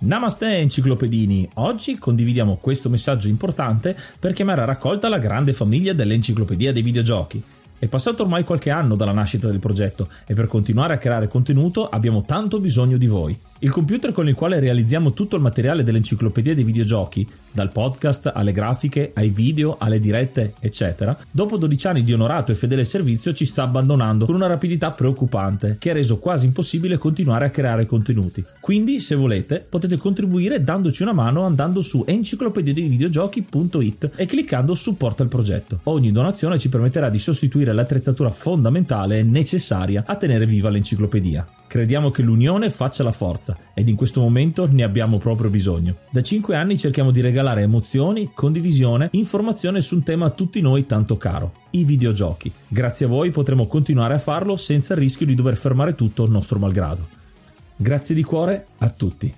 Namaste enciclopedini, oggi condividiamo questo messaggio importante per chiamare a raccolta la grande famiglia dell'Enciclopedia dei Videogiochi. È passato ormai qualche anno dalla nascita del progetto e per continuare a creare contenuto abbiamo tanto bisogno di voi. Il computer con il quale realizziamo tutto il materiale dell'Enciclopedia dei Videogiochi, dal podcast alle grafiche, ai video, alle dirette, eccetera, dopo 12 anni di onorato e fedele servizio ci sta abbandonando con una rapidità preoccupante che ha reso quasi impossibile continuare a creare contenuti. Quindi, se volete, potete contribuire dandoci una mano andando su enciclopediadeivideogiochi.it e cliccando supporta il progetto. Ogni donazione ci permetterà di sostituire l'attrezzatura fondamentale e necessaria a tenere viva l'enciclopedia. Crediamo che l'unione faccia la forza ed in questo momento ne abbiamo proprio bisogno. Da 5 anni cerchiamo di regalare emozioni, condivisione, informazione su un tema a tutti noi tanto caro, i videogiochi. Grazie a voi potremo continuare a farlo senza il rischio di dover fermare tutto nostro malgrado. Grazie di cuore a tutti.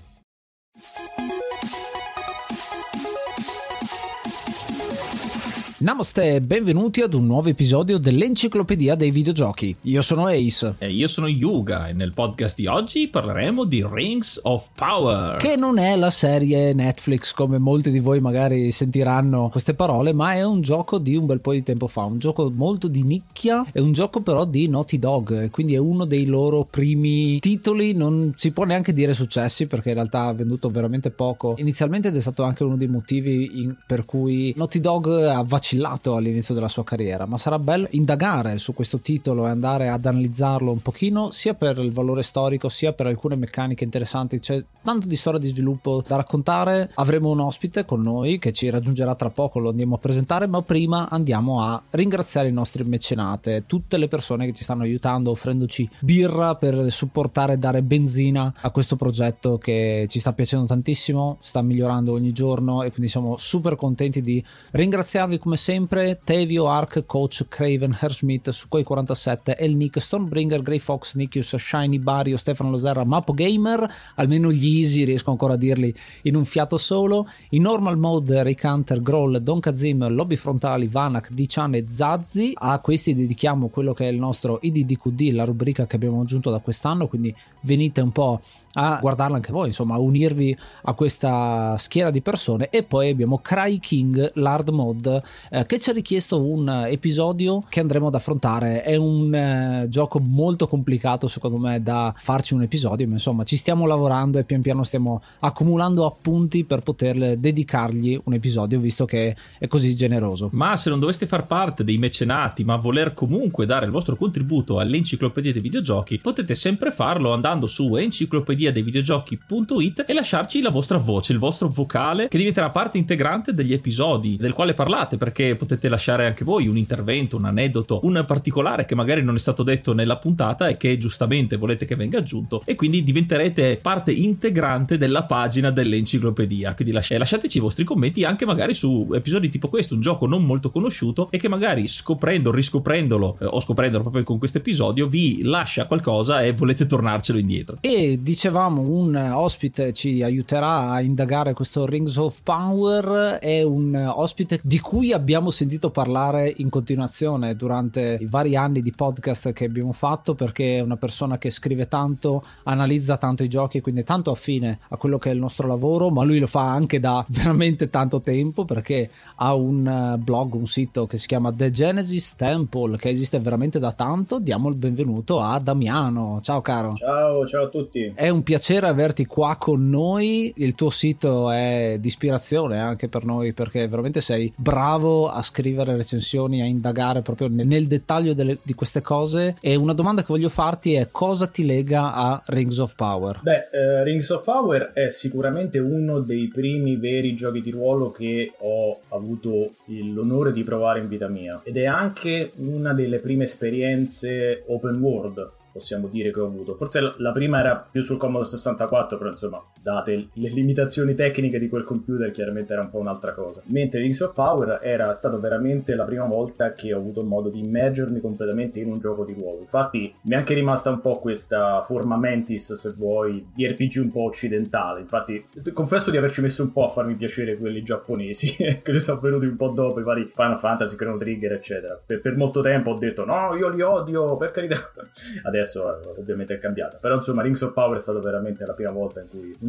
Namaste e benvenuti ad un nuovo episodio dell'Enciclopedia dei Videogiochi. Io sono Ace. E io sono Yuga e nel podcast di oggi parleremo di Rings of Power. Che non è la serie Netflix come molti di voi magari sentiranno queste parole, ma è un gioco di un bel po' di tempo fa, un gioco molto di nicchia, è un gioco però di Naughty Dog, quindi è uno dei loro primi titoli, non si può neanche dire successi perché in realtà ha venduto veramente poco inizialmente ed è stato anche uno dei motivi per cui Naughty Dog ha vacillato all'inizio della sua carriera, ma sarà bello indagare su questo titolo e andare ad analizzarlo un pochino, sia per il valore storico sia per alcune meccaniche interessanti. C'è tanto di storia di sviluppo da raccontare. Avremo un ospite con noi che ci raggiungerà tra poco, lo andiamo a presentare, ma prima andiamo a ringraziare i nostri mecenate, tutte le persone che ci stanno aiutando, offrendoci birra per supportare e dare benzina a questo progetto che ci sta piacendo tantissimo, sta migliorando ogni giorno e quindi siamo super contenti di ringraziarvi come sempre. Tevio, Ark, Coach, Craven, Herschmidt, Sukhoi47, El Nick, Stormbringer, Grey Fox, Nikius, Shiny, Bario, Stefano Loserra, Mapo Gamer, almeno gli easy riesco ancora a dirli in un fiato solo, in normal mode Rick Hunter, Groll, Don Kazim, Lobby Frontali, Vanak, Dichan e Zazzi. A questi dedichiamo quello che è il nostro IDDQD, la rubrica che abbiamo aggiunto da quest'anno, quindi venite un po' a guardarla anche voi, insomma a unirvi a questa schiera di persone. E poi abbiamo Cry King, l'hard mod, che ci ha richiesto un episodio che andremo ad affrontare. È un gioco molto complicato secondo me da farci un episodio, ma insomma ci stiamo lavorando e pian piano stiamo accumulando appunti per poter dedicargli un episodio, visto che è così generoso. Ma se non doveste far parte dei mecenati ma voler comunque dare il vostro contributo all'Enciclopedia dei Videogiochi, potete sempre farlo andando su enciclopediadeivideogiochi.it e lasciarci la vostra voce, il vostro vocale, che diventerà parte integrante degli episodi del quale parlate, perché potete lasciare anche voi un intervento, un aneddoto, un particolare che magari non è stato detto nella puntata e che giustamente volete che venga aggiunto, e quindi diventerete parte integrante della pagina dell'enciclopedia. Quindi lasciateci i vostri commenti anche magari su episodi tipo questo, un gioco non molto conosciuto e che magari riscoprendolo o scoprendolo proprio con questo episodio vi lascia qualcosa e volete tornarcelo indietro. E dicevamo, un ospite ci aiuterà a indagare questo Rings of Power. È un ospite di cui abbiamo sentito parlare in continuazione durante i vari anni di podcast che abbiamo fatto, perché è una persona che scrive tanto, analizza tanto i giochi, quindi è tanto affine a quello che è il nostro lavoro, ma lui lo fa anche da veramente tanto tempo perché ha un blog, un sito che si chiama The Genesis Temple, che esiste veramente da tanto. Diamo il benvenuto a Damiano. Ciao caro. Ciao a tutti. È un piacere averti qua con noi. Il tuo sito è di ispirazione anche per noi, perché veramente sei bravo a scrivere recensioni, a indagare proprio nel dettaglio di queste cose. E una domanda che voglio farti è: cosa ti lega a Rings of Power? Rings of Power è sicuramente uno dei primi veri giochi di ruolo che ho avuto l'onore di provare in vita mia, ed è anche una delle prime esperienze open world, possiamo dire, che ho avuto. Forse la prima era più sul Commodore 64, però insomma, date le limitazioni tecniche di quel computer, chiaramente era un po' un'altra cosa. Mentre Rings of Power era stato veramente la prima volta che ho avuto modo di immergermi completamente in un gioco di ruolo. Infatti mi è anche rimasta un po' questa forma mentis, se vuoi, di RPG un po' occidentale. Infatti confesso di averci messo un po' a farmi piacere quelli giapponesi che ne sono venuti un po' dopo, i vari Final Fantasy, Chrono Trigger eccetera. Per molto tempo ho detto no, io li odio, per carità. Adesso ovviamente è cambiata, però insomma Rings of Power è stata veramente la prima volta in cui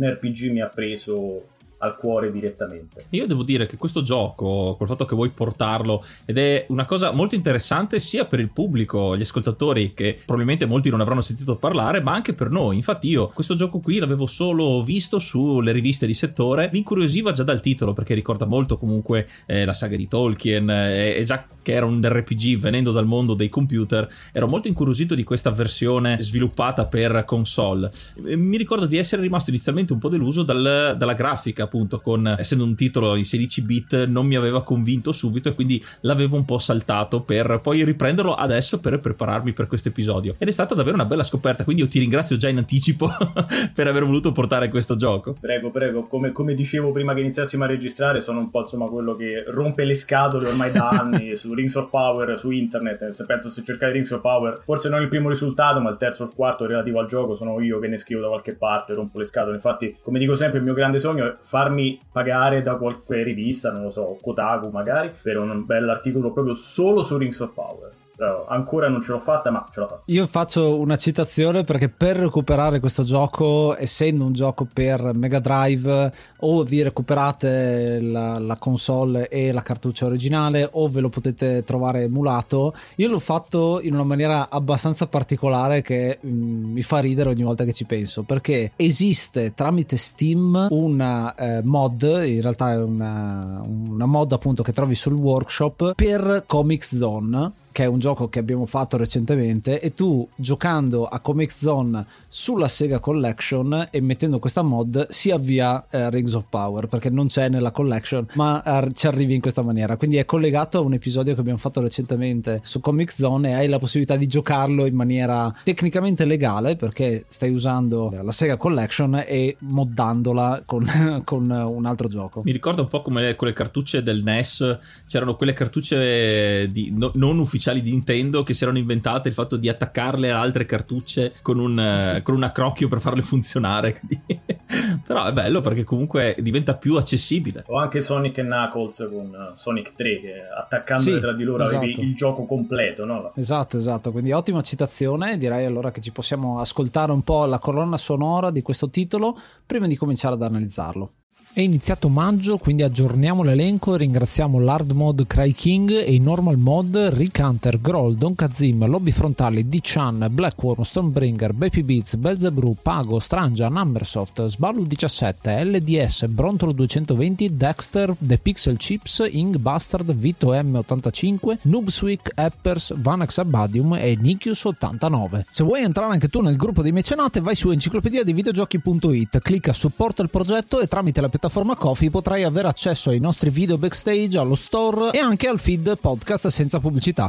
un RPG mi ha preso al cuore direttamente. Io devo dire che questo gioco, col fatto che vuoi portarlo, ed è una cosa molto interessante sia per il pubblico, gli ascoltatori, che probabilmente molti non avranno sentito parlare, ma anche per noi. Infatti io questo gioco qui l'avevo solo visto sulle riviste di settore, mi incuriosiva già dal titolo perché ricorda molto comunque la saga di Tolkien, e già che era un RPG venendo dal mondo dei computer ero molto incuriosito di questa versione sviluppata per console. Mi ricordo di essere rimasto inizialmente un po' deluso dalla grafica, appunto, essendo un titolo in 16 bit non mi aveva convinto subito e quindi l'avevo un po' saltato per poi riprenderlo adesso per prepararmi per questo episodio, ed è stata davvero una bella scoperta, quindi io ti ringrazio già in anticipo per aver voluto portare questo gioco. Prego, come dicevo prima che iniziassimo a registrare, sono un po' insomma quello che rompe le scatole ormai da anni su Rings of Power su internet. Se cercate Rings of Power, forse non il primo risultato, ma il terzo o il quarto relativo al gioco sono io che ne scrivo da qualche parte, rompo le scatole. Infatti, come dico sempre, il mio grande sogno è farmi pagare da qualche rivista, non lo so, Kotaku magari, per un bell'articolo proprio solo su Rings of Power. Ancora non ce l'ho fatta, ma ce l'ho fatta. Io faccio una citazione perché per recuperare questo gioco, essendo un gioco per Mega Drive, o vi recuperate la console e la cartuccia originale o ve lo potete trovare emulato. Io l'ho fatto in una maniera abbastanza particolare che mi fa ridere ogni volta che ci penso, perché esiste tramite Steam una mod, in realtà è una mod appunto che trovi sul workshop per Comix Zone, che è un gioco che abbiamo fatto recentemente, e tu giocando a Comix Zone sulla Sega Collection e mettendo questa mod si avvia Rings of Power, perché non c'è nella collection ma ci arrivi in questa maniera, quindi è collegato a un episodio che abbiamo fatto recentemente su Comix Zone e hai la possibilità di giocarlo in maniera tecnicamente legale perché stai usando la Sega Collection e moddandola con un altro gioco. Mi ricorda un po' come con le cartucce del NES, c'erano quelle cartucce non ufficiali di Nintendo che si erano inventate il fatto di attaccarle a altre cartucce con un accrocchio per farle funzionare. Però è bello perché comunque diventa più accessibile. O anche Sonic e Knuckles con Sonic 3, che attaccandole tra di loro avevi il gioco completo, no? Esatto, quindi ottima citazione. Direi allora che ci possiamo ascoltare un po' la colonna sonora di questo titolo prima di cominciare ad analizzarlo. È iniziato maggio, quindi aggiorniamo l'elenco e ringraziamo l'hard mod Cry King e i normal mod Rick Hunter, Groll, Don Kazim, Lobby Frontali, D-Chan, Blackworm, Stonebringer, Baby Beats, Belzebrew, Pago, Strangia, Numbersoft, Sballu 17, LDS, Brontolo 220, Dexter, The Pixel Chips, Ing Bastard, Vito M85, Noobswick, Eppers, Vanex Abadium e Nikius 89. Se vuoi entrare anche tu nel gruppo dei mecenate, vai su enciclopediadeivideogiochi.it, clicca supporta il progetto e tramite la piattaforma Ko-fi potrai avere accesso ai nostri video backstage, allo store e anche al feed podcast senza pubblicità.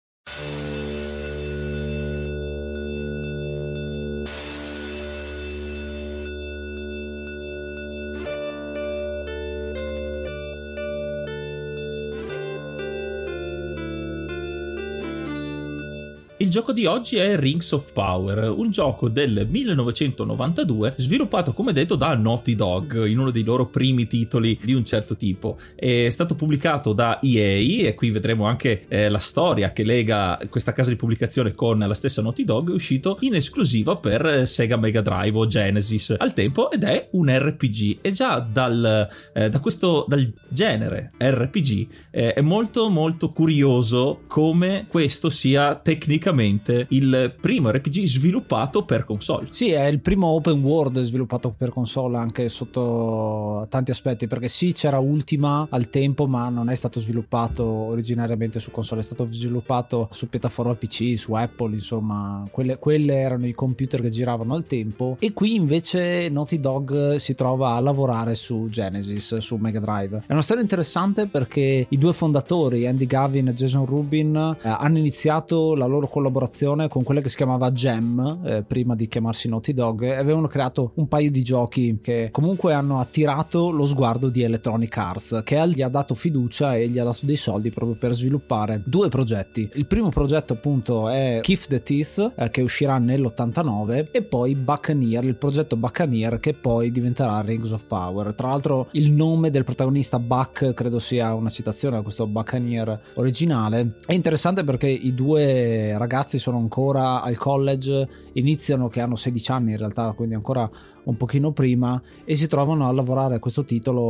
Il gioco di oggi è Rings of Power, un gioco del 1992 sviluppato, come detto, da Naughty Dog in uno dei loro primi titoli di un certo tipo. È stato pubblicato da EA e qui vedremo anche la storia che lega questa casa di pubblicazione con la stessa Naughty Dog. È uscito in esclusiva per Sega Mega Drive o Genesis al tempo ed è un RPG, e già dal genere RPG è molto molto curioso come questo sia tecnicamente il primo RPG sviluppato per console. Sì, è il primo open world sviluppato per console anche sotto tanti aspetti, perché sì, c'era Ultima al tempo, ma non è stato sviluppato originariamente su console, è stato sviluppato su piattaforma PC, su Apple, insomma, quelle erano i computer che giravano al tempo, e qui invece Naughty Dog si trova a lavorare su Genesis, su Mega Drive. È una storia interessante perché i due fondatori, Andy Gavin e Jason Rubin, hanno iniziato la loro collaborazione con quella che si chiamava Gem prima di chiamarsi Naughty Dog, e avevano creato un paio di giochi che comunque hanno attirato lo sguardo di Electronic Arts, che gli ha dato fiducia e gli ha dato dei soldi proprio per sviluppare due progetti. Il primo progetto appunto è Keep the Teeth, che uscirà nell'89, e poi Buccaneer, il progetto Buccaneer, che poi diventerà Rings of Power. Tra l'altro il nome del protagonista Buck credo sia una citazione a questo Buccaneer originale. È interessante perché i due ragazzi ragazzi sono ancora al college, iniziano che hanno 16 anni in realtà, quindi ancora un pochino prima, e si trovano a lavorare a questo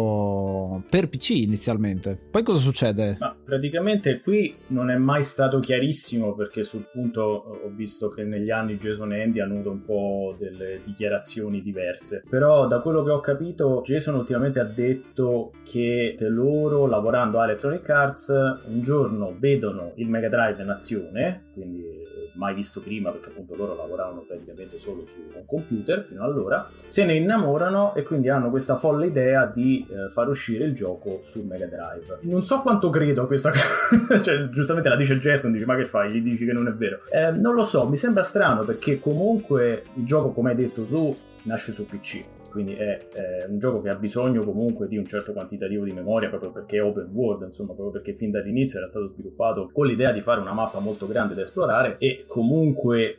titolo per PC inizialmente. Poi cosa succede? Ma praticamente qui non è mai stato chiarissimo, perché sul punto ho visto che negli anni Jason e Andy hanno avuto un po' delle dichiarazioni diverse, però da quello che ho capito Jason ultimamente ha detto che loro, lavorando a Electronic Arts, un giorno vedono il Mega Drive in azione, quindi mai visto prima, perché appunto loro lavoravano praticamente solo su un computer fino allora, se ne innamorano e quindi hanno questa folle idea di far uscire il gioco sul Mega Drive. Non so quanto credo a questa cosa, cioè giustamente la dice Jason, dice ma che fai, gli dici che non è vero, non lo so, mi sembra strano, perché comunque il gioco, come hai detto tu, nasce su PC, quindi è un gioco che ha bisogno comunque di un certo quantitativo di memoria, proprio perché è open world, insomma, proprio perché fin dall'inizio era stato sviluppato con l'idea di fare una mappa molto grande da esplorare, e comunque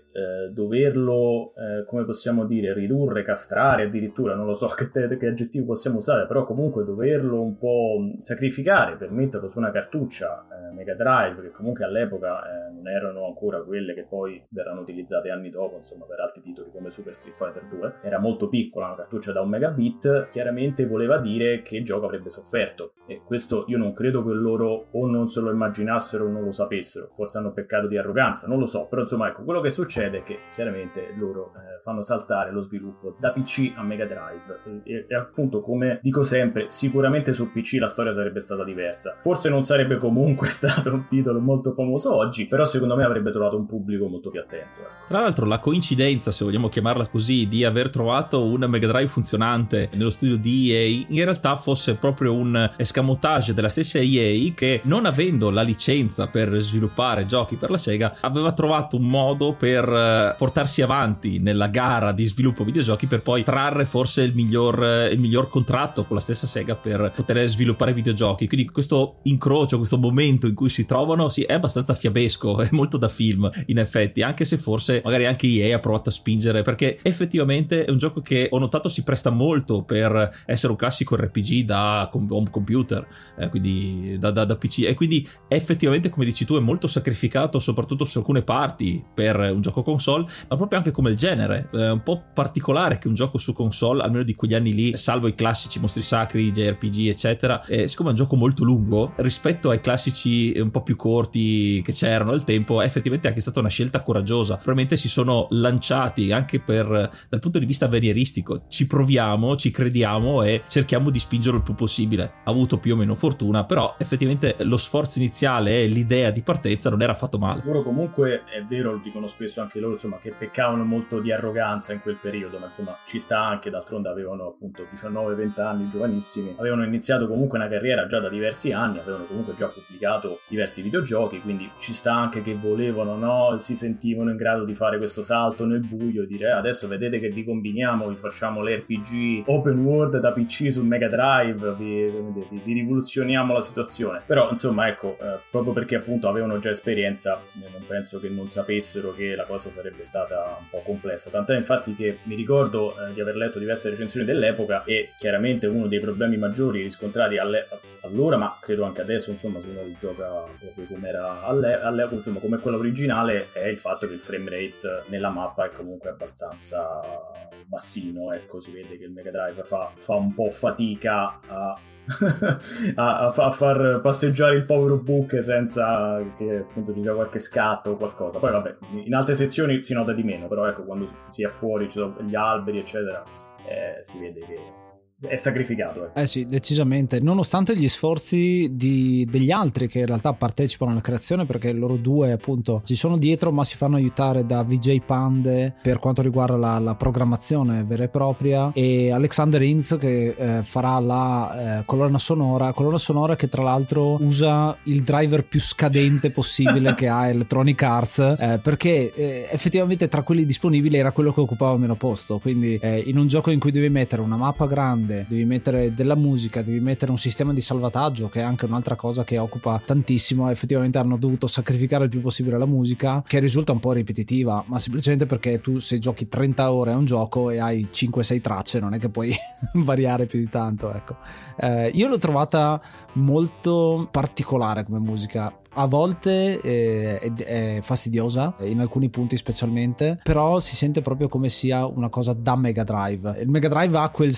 doverlo, come possiamo dire, ridurre, castrare addirittura, non lo so che aggettivo possiamo usare, però comunque doverlo un po' sacrificare per metterlo su una cartuccia Mega Drive, che comunque all'epoca non erano ancora quelle che poi verranno utilizzate anni dopo, insomma, per altri titoli come Super Street Fighter 2, era molto piccola, una cartuccia da 1 megabit, chiaramente voleva dire che il gioco avrebbe sofferto, e questo io non credo che loro o non se lo immaginassero o non lo sapessero, forse hanno peccato di arroganza, non lo so, però insomma ecco, quello che succede è che chiaramente loro fanno saltare lo sviluppo da PC a Mega Drive, e appunto, come dico sempre, sicuramente su PC la storia sarebbe stata diversa, forse non sarebbe comunque stato un titolo molto famoso oggi, però secondo me avrebbe trovato un pubblico molto più attento, ecco. Tra l'altro la coincidenza, se vogliamo chiamarla così, di aver trovato un Mega Drive funzionante nello studio di EA in realtà fosse proprio un escamotage della stessa EA, che non avendo la licenza per sviluppare giochi per la Sega aveva trovato un modo per portarsi avanti nella gara di sviluppo videogiochi, per poi trarre forse il miglior contratto con la stessa Sega per poter sviluppare videogiochi. Quindi questo incrocio, questo momento in cui si trovano, sì, è abbastanza fiabesco, è molto da film in effetti, anche se forse magari anche EA ha provato a spingere, perché effettivamente è un gioco che ho notato si presta molto per essere un classico RPG da home computer, quindi da PC, e quindi effettivamente, come dici tu, è molto sacrificato soprattutto su alcune parti per un gioco console, ma proprio anche come il genere. È un po' particolare che un gioco su console, almeno di quegli anni lì, salvo i classici mostri sacri, JRPG eccetera, siccome è un gioco molto lungo rispetto ai classici un po' più corti che c'erano al tempo, è effettivamente anche stata una scelta coraggiosa. Probabilmente si sono lanciati anche dal punto di vista avveniristico, ci proviamo, ci crediamo e cerchiamo di spingerlo il più possibile. Ha avuto più o meno fortuna, però effettivamente lo sforzo iniziale e l'idea di partenza non era affatto male. Loro comunque, è vero, lo dicono spesso anche loro, insomma, che peccavano molto di arroganza in quel periodo, ma insomma ci sta anche, d'altronde avevano appunto 19-20 anni, giovanissimi, avevano iniziato comunque una carriera già da diversi anni, avevano comunque già pubblicato diversi videogiochi, quindi ci sta anche che volevano, no, si sentivano in grado di fare questo salto nel buio, dire adesso vedete che vi combiniamo, vi facciamo l'RPG open world da PC sul Mega Drive, vi rivoluzioniamo la situazione. Però insomma ecco, proprio perché appunto avevano già esperienza, non penso che non sapessero che la cosa sarebbe stata un po' complessa, tant'è infatti che mi ricordo di aver letto diverse recensioni dell'epoca, e chiaramente uno dei problemi maggiori riscontrati allora, ma credo anche adesso, insomma, se uno gioca proprio come era all'epoca, insomma come quello originale, è il fatto che il frame rate nella mappa è comunque abbastanza bassino, ecco, si vede che il Mega Drive fa un po' fatica a far passeggiare il povero Book senza che appunto ci sia qualche scatto o qualcosa. Poi vabbè, in altre sezioni si nota di meno, però ecco, quando si è fuori, ci sono gli alberi eccetera, si vede che è sacrificato. Sì, decisamente, nonostante gli sforzi degli altri che in realtà partecipano alla creazione, perché loro due appunto ci sono dietro, ma si fanno aiutare da Vijay Pande per quanto riguarda la programmazione vera e propria, e Alexander Inz che farà la colonna sonora che tra l'altro usa il driver più scadente possibile che ha Electronic Arts, perché effettivamente tra quelli disponibili era quello che occupava meno posto, quindi in un gioco in cui devi mettere una mappa grande grande, devi mettere della musica, devi mettere un sistema di salvataggio, che è anche un'altra cosa che occupa tantissimo. Effettivamente hanno dovuto sacrificare il più possibile la musica, che risulta un po' ripetitiva, ma semplicemente perché tu, se giochi 30 ore a un gioco e hai 5-6 tracce, non è che puoi variare più di tanto, ecco. Io l'ho trovata molto particolare come musica. A volte è fastidiosa, in alcuni punti specialmente, però si sente proprio come sia una cosa da Mega Drive. Il Mega Drive ha quel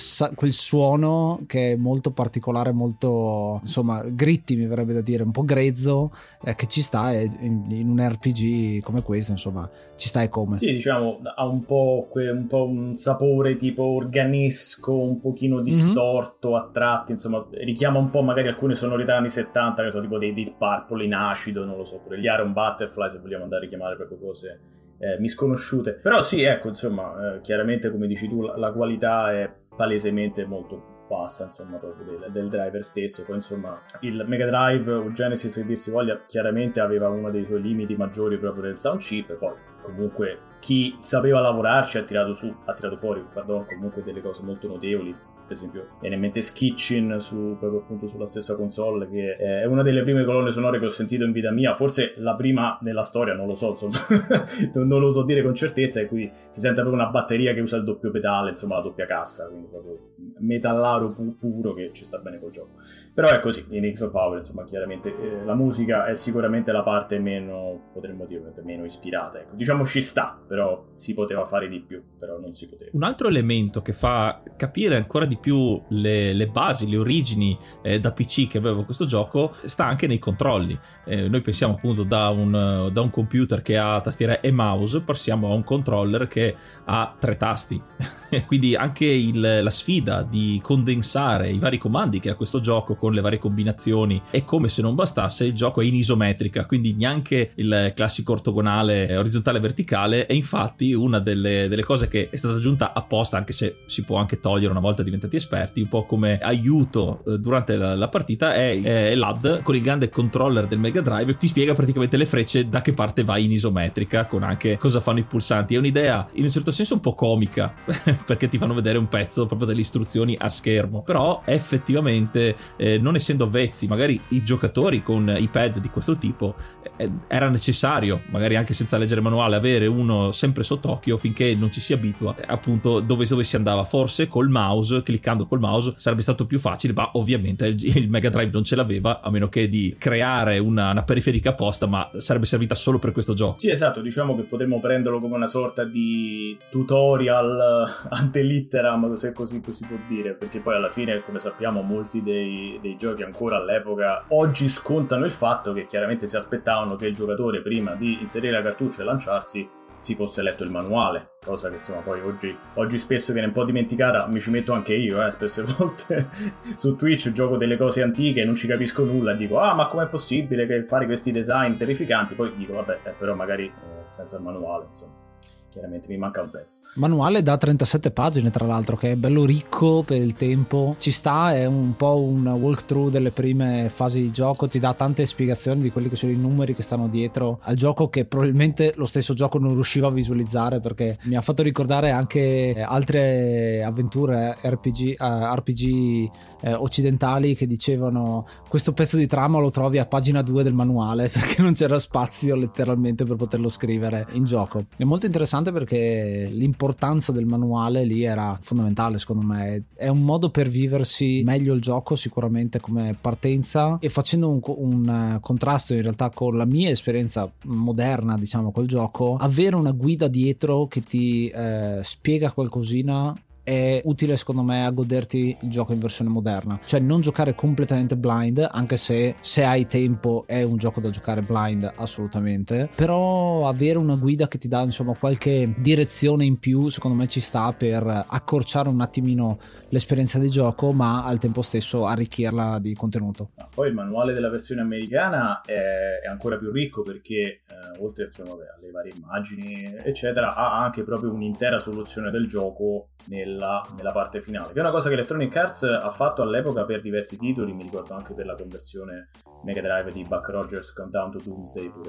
suono che è molto particolare, molto, insomma, gritty, mi verrebbe da dire, un po' grezzo, che ci sta in un RPG come questo, insomma, ci sta e come. Sì, diciamo, ha un po' un sapore tipo organesco, un pochino distorto a tratti, insomma, richiama un po' magari alcune sonorità anni 70, che sono tipo dei Deep Purple in acido, non lo so, pure gli Iron Butterfly, se vogliamo andare a richiamare proprio cose misconosciute. Però sì, ecco, insomma, chiaramente, come dici tu, la qualità è palesemente molto bassa, insomma, proprio del driver stesso. Poi, insomma, il Mega Drive o Genesis, che dir si voglia, chiaramente aveva uno dei suoi limiti maggiori proprio del sound chip. Poi comunque chi sapeva lavorarci ha tirato fuori, comunque delle cose molto notevoli. Per esempio, viene in mente Skitchin proprio appunto sulla stessa console, che è una delle prime colonne sonore che ho sentito in vita mia, forse la prima nella storia, non lo so, insomma, non lo so dire con certezza, e qui si sente proprio una batteria che usa il doppio pedale, insomma, la doppia cassa, quindi proprio metallaro puro, che ci sta bene col gioco. Però è così, in X of Power, insomma, chiaramente la musica è sicuramente la parte meno, potremmo dire, meno ispirata, ecco. Diciamo ci sta, però si poteva fare di più, però non si poteva. Un altro elemento che fa capire ancora di più le basi, le origini da PC che aveva questo gioco sta anche nei controlli. Noi pensiamo appunto da un computer che ha tastiera e mouse, passiamo a un controller che ha 3 tasti. Quindi anche la sfida di condensare i vari comandi che ha questo gioco con le varie combinazioni, è come se non bastasse, il gioco è in isometrica, quindi neanche il classico ortogonale orizzontale e verticale. E infatti una delle cose che è stata aggiunta apposta, anche se si può anche togliere una volta diventati esperti, un po' come aiuto durante la partita, è l'HUD con il grande controller del Mega Drive, ti spiega praticamente le frecce da che parte vai in isometrica, con anche cosa fanno i pulsanti. È un'idea in un certo senso un po' comica perché ti fanno vedere un pezzo proprio delle istruzioni a schermo, però effettivamente non essendo avvezzi magari i giocatori con iPad di questo tipo, era necessario, magari anche senza leggere il manuale, avere uno sempre sott'occhio finché non ci si abitua appunto dove si andava. Forse col mouse, cliccando col mouse, sarebbe stato più facile, ma ovviamente il Mega Drive non ce l'aveva, a meno che di creare una periferica apposta, ma sarebbe servita solo per questo gioco. Sì, esatto, diciamo che potremmo prenderlo come una sorta di tutorial ante litteram, se così si può dire, perché poi alla fine, come sappiamo, molti dei giochi ancora all'epoca oggi scontano il fatto che chiaramente si aspettavano che il giocatore, prima di inserire la cartuccia e lanciarsi, si fosse letto il manuale, cosa che insomma poi oggi spesso viene un po' dimenticata. Mi ci metto anche io, spesse volte su Twitch gioco delle cose antiche e non ci capisco nulla, dico ma com'è possibile che fare questi design terrificanti, poi dico vabbè, però magari senza il manuale, insomma, chiaramente mi manca un pezzo. Manuale da 37 pagine, tra l'altro, che è bello ricco per il tempo, ci sta, è un po' un walkthrough delle prime fasi di gioco, ti dà tante spiegazioni di quelli che sono i numeri che stanno dietro al gioco, che probabilmente lo stesso gioco non riusciva a visualizzare, perché mi ha fatto ricordare anche altre avventure RPG occidentali che dicevano questo pezzo di trama lo trovi a pagina 2 del manuale, perché non c'era spazio letteralmente per poterlo scrivere in gioco. È molto interessante perché l'importanza del manuale lì era fondamentale, secondo me. È un modo per viversi meglio il gioco sicuramente come partenza, e facendo un contrasto in realtà con la mia esperienza moderna, diciamo, col gioco, avere una guida dietro che ti spiega qualcosina è utile, secondo me, a goderti il gioco in versione moderna, cioè non giocare completamente blind, anche se hai tempo è un gioco da giocare blind assolutamente, però avere una guida che ti dà insomma qualche direzione in più, secondo me ci sta per accorciare un attimino l'esperienza di gioco, ma al tempo stesso arricchirla di contenuto. Poi il manuale della versione americana è ancora più ricco, perché oltre alle varie immagini eccetera, ha anche proprio un'intera soluzione del gioco nella parte finale, che è una cosa che Electronic Arts ha fatto all'epoca per diversi titoli. Mi ricordo anche per la conversione Mega Drive di Buck Rogers Countdown to Doomsday, pure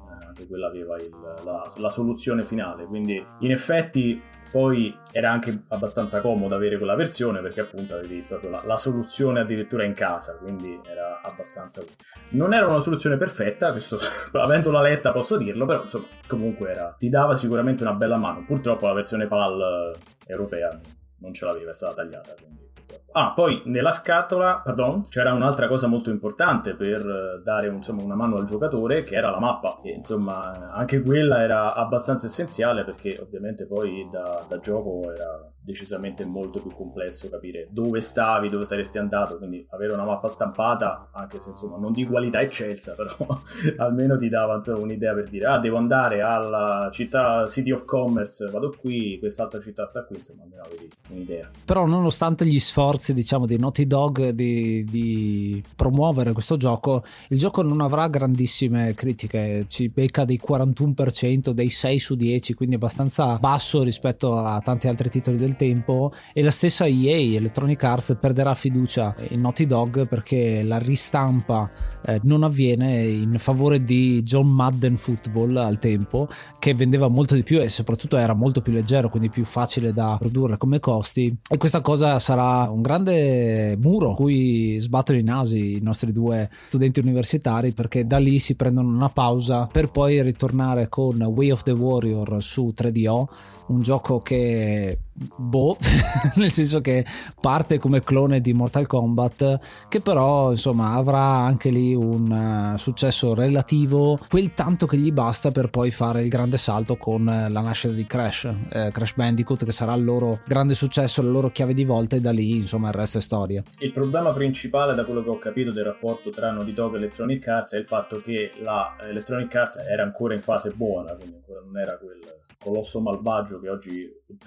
anche quella aveva la soluzione finale, quindi in effetti poi era anche abbastanza comodo avere quella versione perché appunto avevi proprio la soluzione addirittura in casa, quindi era abbastanza... Non era una soluzione perfetta, questo avendola letta posso dirlo, però insomma comunque ti dava sicuramente una bella mano. Purtroppo la versione PAL europea non ce l'aveva, è stata tagliata, quindi... poi nella scatola, c'era un'altra cosa molto importante per dare una mano al giocatore, che era la mappa, e insomma anche quella era abbastanza essenziale perché ovviamente poi da gioco era decisamente molto più complesso capire dove stavi, dove saresti andato, quindi avere una mappa stampata, anche se insomma non di qualità eccelsa, però almeno ti dava un'idea per dire devo andare alla città City of Commerce, vado qui, quest'altra città sta qui, insomma almeno avevi un'idea. Però nonostante gli sforzi diciamo di Naughty Dog di promuovere questo gioco, il gioco non avrà grandissime critiche, ci becca dei 41%, dei 6 su 10, quindi abbastanza basso rispetto a tanti altri titoli del tempo, e la stessa EA, Electronic Arts, perderà fiducia in Naughty Dog perché la ristampa non avviene in favore di John Madden Football al tempo, che vendeva molto di più e soprattutto era molto più leggero, quindi più facile da produrre come costi, e questa cosa sarà un grande muro cui sbattono i nasi i nostri due studenti universitari, perché da lì si prendono una pausa per poi ritornare con Way of the Warrior su 3DO, un gioco che nel senso che parte come clone di Mortal Kombat, che però insomma avrà anche lì un successo relativo, quel tanto che gli basta per poi fare il grande salto con la nascita di Crash Bandicoot, che sarà il loro grande successo, la loro chiave di volta, e da lì insomma il resto è storia. Il problema principale, da quello che ho capito del rapporto tra Naughty Dog e Electronic Arts, è il fatto che la Electronic Arts era ancora in fase buona, quindi ancora non era quel colosso malvagio che oggi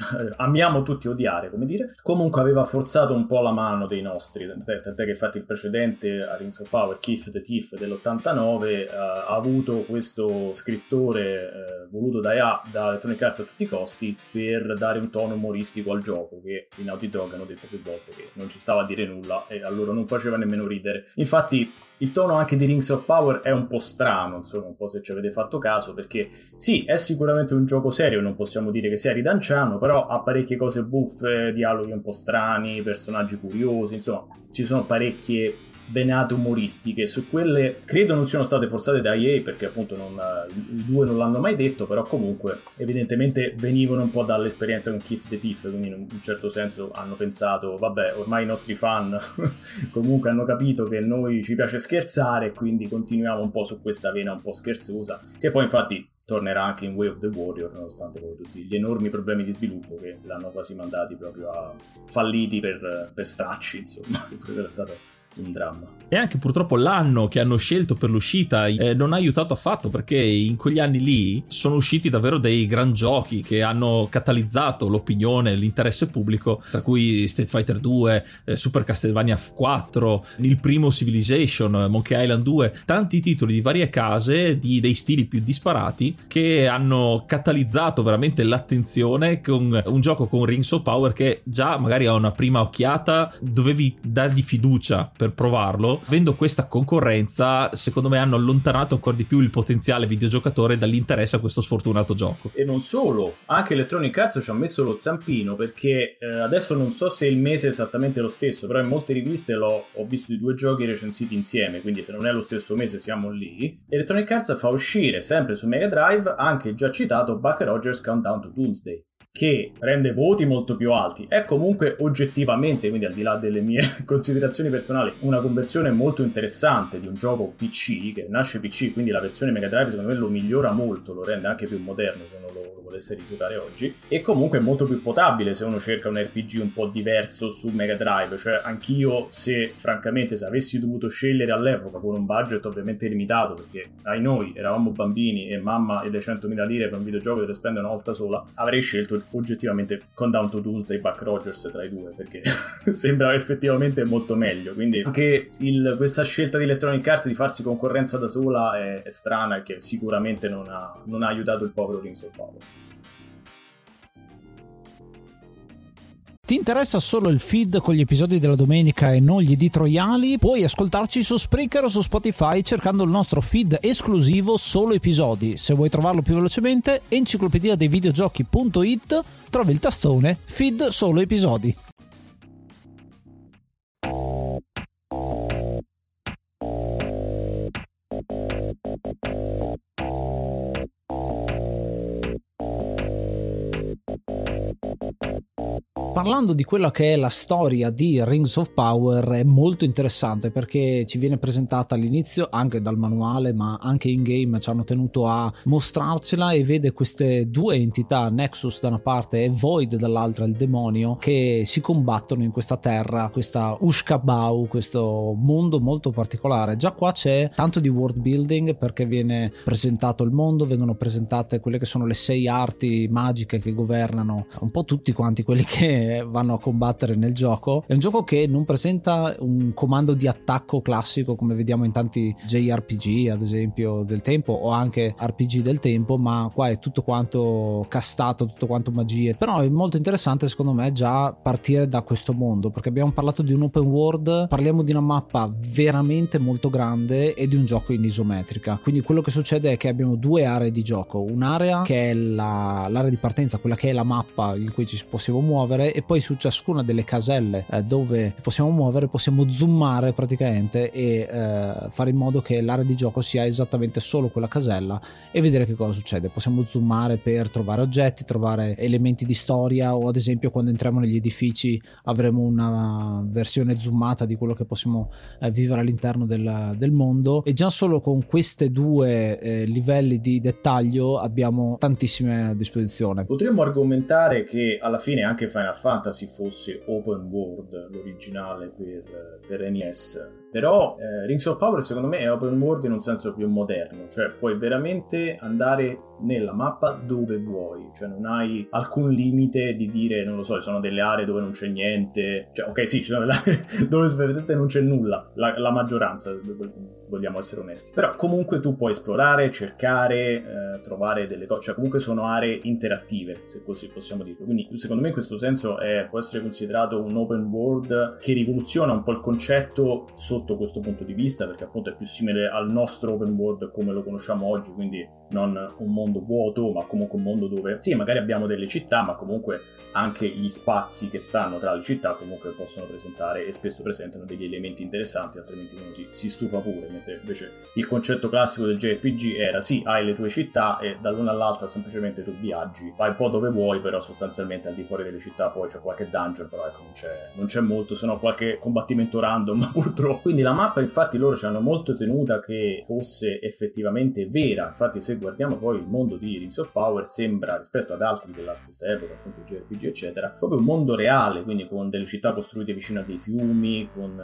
amiamo tutti odiare, come dire. Comunque aveva forzato un po' la mano dei nostri, tant'è che infatti il precedente a Rings of Power, Keith the Thief dell'89, ha avuto questo scrittore voluto da Electronic Arts a tutti i costi per dare un tono umoristico al gioco, che i Naughty Dog hanno detto più volte che non ci stava a dire nulla e allora non faceva nemmeno ridere. Infatti il tono anche di Rings of Power è un po' strano, insomma, un po' se ci avete fatto caso, perché sì, è sicuramente un gioco serio, non possiamo dire che sia ridanciano, però ha parecchie cose buffe, dialoghi un po' strani, personaggi curiosi, insomma, ci sono parecchie venate umoristiche. Su quelle credo non siano state forzate da EA, perché appunto i due non l'hanno mai detto, però comunque evidentemente venivano un po' dall'esperienza con Keith the Thief, quindi in un certo senso hanno pensato vabbè, ormai i nostri fan comunque hanno capito che noi ci piace scherzare, quindi continuiamo un po' su questa vena un po' scherzosa, che poi infatti tornerà anche in Way of the Warrior, nonostante poi tutti gli enormi problemi di sviluppo che l'hanno quasi mandati proprio a falliti per stracci, insomma. Quello è stato un dramma. E anche purtroppo l'anno che hanno scelto per l'uscita non ha aiutato affatto, perché in quegli anni lì sono usciti davvero dei gran giochi che hanno catalizzato l'opinione, l'interesse pubblico, tra cui Street Fighter 2, Super Castlevania 4, il primo Civilization, Monkey Island 2, tanti titoli di varie case dei stili più disparati che hanno catalizzato veramente l'attenzione con un gioco con Rings of Power che già magari a una prima occhiata dovevi dargli fiducia per provarlo. Avendo questa concorrenza, secondo me hanno allontanato ancora di più il potenziale videogiocatore dall'interesse a questo sfortunato gioco. E non solo, anche Electronic Arts ci ha messo lo zampino, perché adesso non so se il mese è esattamente lo stesso, però in molte riviste ho visto i due giochi recensiti insieme, quindi se non è lo stesso mese siamo lì. Electronic Arts fa uscire sempre su Mega Drive anche il già citato Buck Rogers Countdown to Doomsday, che prende voti molto più alti. È comunque oggettivamente, quindi al di là delle mie considerazioni personali, una conversione molto interessante di un gioco PC, che nasce PC, quindi la versione Mega Drive secondo me lo migliora molto, lo rende anche più moderno se uno lo volesse rigiocare oggi, e comunque è molto più potabile se uno cerca un RPG un po' diverso su Mega Drive. Cioè anch'io, se francamente se avessi dovuto scegliere all'epoca con un budget ovviamente limitato, perché ai noi eravamo bambini e mamma e le 100.000 lire per un videogioco che le spende una volta sola, avrei scelto oggettivamente Countdown to Doomsday, Buck Rogers tra i due, perché sembra effettivamente molto meglio. Quindi anche questa scelta di Electronic Arts di farsi concorrenza da sola è strana, e che sicuramente non ha aiutato il povero Rings of Power. Ti interessa solo il feed con gli episodi della domenica e non gli editoriali? Puoi ascoltarci su Spreaker o su Spotify cercando il nostro feed esclusivo Solo Episodi. Se vuoi trovarlo più velocemente, enciclopedia dei videogiochi.it, trovi il tastone feed Solo Episodi. Parlando di quella che è la storia di Rings of Power, è molto interessante perché ci viene presentata all'inizio anche dal manuale, ma anche in game ci hanno tenuto a mostrarcela, e vede queste due entità, Nexus da una parte e Void dall'altra, il demonio, che si combattono in questa terra, questa Ushkabau, questo mondo molto particolare. Già qua c'è tanto di world building perché viene presentato il mondo, vengono presentate quelle che sono le 6 arti magiche che governano un po' tutti quanti quelli che vanno a combattere nel gioco. È un gioco che non presenta un comando di attacco classico come vediamo in tanti JRPG ad esempio del tempo, o anche RPG del tempo, ma qua è tutto quanto castato, tutto quanto magie. Però è molto interessante secondo me già partire da questo mondo, perché abbiamo parlato di un open world, parliamo di una mappa veramente molto grande e di un gioco in isometrica. Quindi quello che succede è che abbiamo due aree di gioco, un'area che è l'area di partenza, quella che è la mappa in cui ci possiamo muovere, e poi su ciascuna delle caselle dove possiamo muovere possiamo zoomare praticamente e fare in modo che l'area di gioco sia esattamente solo quella casella e vedere che cosa succede. Possiamo zoomare per trovare oggetti, trovare elementi di storia, o ad esempio quando entriamo negli edifici avremo una versione zoomata di quello che possiamo vivere all'interno del mondo. E già solo con queste due livelli di dettaglio abbiamo tantissime a disposizione. Potremmo argomentare che alla fine anche Final Fantasy fosse open world, l'originale per NES, però Rings of Power secondo me è open world in un senso più moderno, cioè puoi veramente andare nella mappa dove vuoi, cioè non hai alcun limite di dire, non lo so, ci sono delle aree dove non c'è niente, cioè ok sì, ci sono delle aree dove veramente non c'è nulla, la maggioranza, vogliamo essere onesti, però comunque tu puoi esplorare, cercare, trovare delle cose, cioè comunque sono aree interattive, se così possiamo dirlo. Quindi secondo me in questo senso può essere considerato un open world che rivoluziona un po' il concetto sotto questo punto di vista, perché appunto è più simile al nostro open world come lo conosciamo oggi, quindi non un mondo vuoto, ma comunque un mondo dove sì, magari abbiamo delle città, ma comunque anche gli spazi che stanno tra le città comunque possono presentare, e spesso presentano, degli elementi interessanti, altrimenti uno si stufa pure. Mentre invece il concetto classico del JRPG era sì, hai le tue città e dall'una all'altra semplicemente tu viaggi, vai un po' dove vuoi, però sostanzialmente al di fuori delle città poi c'è qualche dungeon, però ecco non c'è molto, se no qualche combattimento random, ma purtroppo. Quindi la mappa infatti loro ci hanno molto tenuta che fosse effettivamente vera. Infatti se guardiamo poi il mondo di Rings of Power sembra, rispetto ad altri della stessa epoca, appunto JRPG eccetera, proprio un mondo reale, quindi con delle città costruite vicino a dei fiumi, con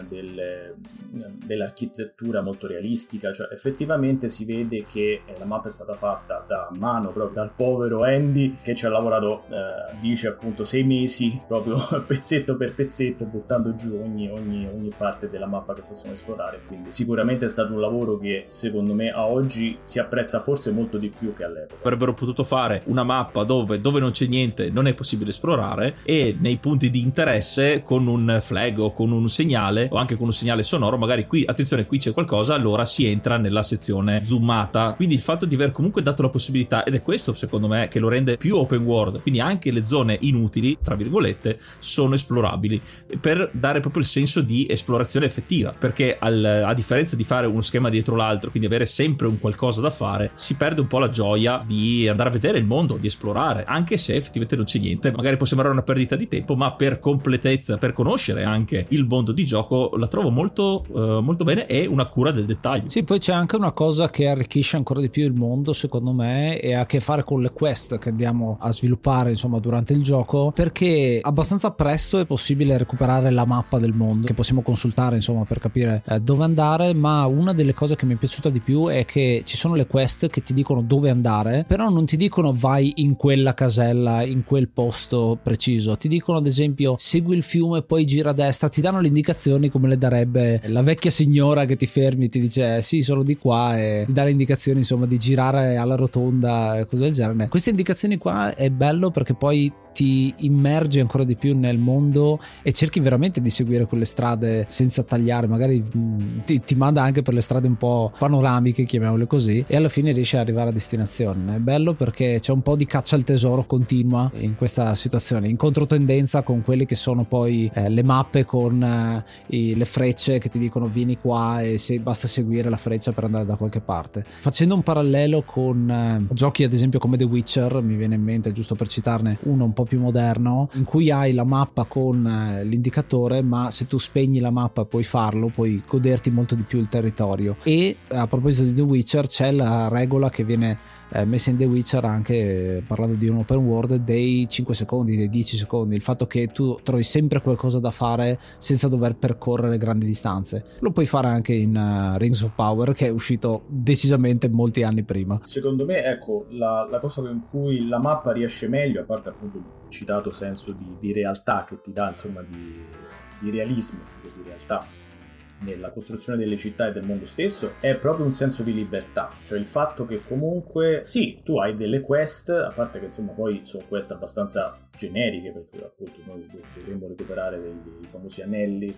dell'architettura molto realistica, cioè effettivamente si vede che la mappa è stata fatta da mano, proprio dal povero Andy che ci ha lavorato dice appunto 6 mesi proprio pezzetto per pezzetto, buttando giù ogni parte della mappa che possiamo esplorare. Quindi sicuramente è stato un lavoro che secondo me a oggi si apprezza forse molto di più che all'epoca. Avrebbero potuto fare una mappa dove non c'è niente, non è possibile esplorare, e nei punti di interesse con un flag o con un segnale, o anche con un segnale sonoro, magari qui, attenzione, qui c'è qualcosa, allora si entra nella sezione zoomata. Quindi il fatto di aver comunque dato la possibilità, ed è questo secondo me che lo rende più open world, quindi anche le zone inutili tra virgolette sono esplorabili, per dare proprio il senso di esplorazione effettiva, perché a differenza di fare uno schema dietro l'altro, quindi avere sempre un qualcosa da fare, si perde un po' la gioia di andare a vedere il mondo, di esplorare, anche se effettivamente non c'è niente. Magari può sembrare una perdita di tempo, ma per completezza, per conoscere anche il mondo di gioco, la trovo molto molto bene, e una cura del dettaglio. Sì, poi c'è anche una cosa che arricchisce ancora di più il mondo secondo me, e ha a che fare con le quest che andiamo a sviluppare insomma durante il gioco, perché abbastanza presto è possibile recuperare la mappa del mondo che possiamo consultare insomma per capire dove andare. Ma una delle cose che mi è piaciuta di più è che ci sono le quest che ti dicono dove andare, però non ti dicono vai in quella casella, in quel posto preciso, ti dicono ad esempio segui il fiume, poi gira a destra, ti danno le indicazioni come le darebbe la vecchia signora che ti fermi e ti dice sì, sono di qua, e ti dà le indicazioni insomma di girare alla rotonda e cose del genere. Queste indicazioni qua è bello perché poi ti immergi ancora di più nel mondo e cerchi veramente di seguire quelle strade senza tagliare, magari ti manda anche per le strade un po' panoramiche, chiamiamole così, e alla fine riesci ad arrivare a destinazione. È bello perché c'è un po' di caccia al tesoro continua in questa situazione, in controtendenza con quelle che sono poi le mappe con le frecce che ti dicono vieni qua e basta seguire la freccia per andare da qualche parte. Facendo un parallelo con giochi ad esempio come The Witcher, mi viene in mente, giusto per citarne uno un po' più moderno, in cui hai la mappa con l'indicatore, ma se tu spegni la mappa puoi farlo, puoi goderti molto di più il territorio. E a proposito di The Witcher c'è la regola che viene messa in The Witcher anche parlando di un open world dei 5 secondi, dei 10 secondi, il fatto che tu trovi sempre qualcosa da fare senza dover percorrere grandi distanze. Lo puoi fare anche in Rings of Power, che è uscito decisamente molti anni prima. Secondo me, ecco, la cosa in cui la mappa riesce meglio, a parte appunto il citato senso di realtà che ti dà, insomma, di realismo, di realtà nella costruzione delle città e del mondo stesso, è proprio un senso di libertà, cioè il fatto che comunque sì, tu hai delle quest, a parte che insomma poi sono quest abbastanza generiche, perché appunto noi dovremmo recuperare dei famosi anelli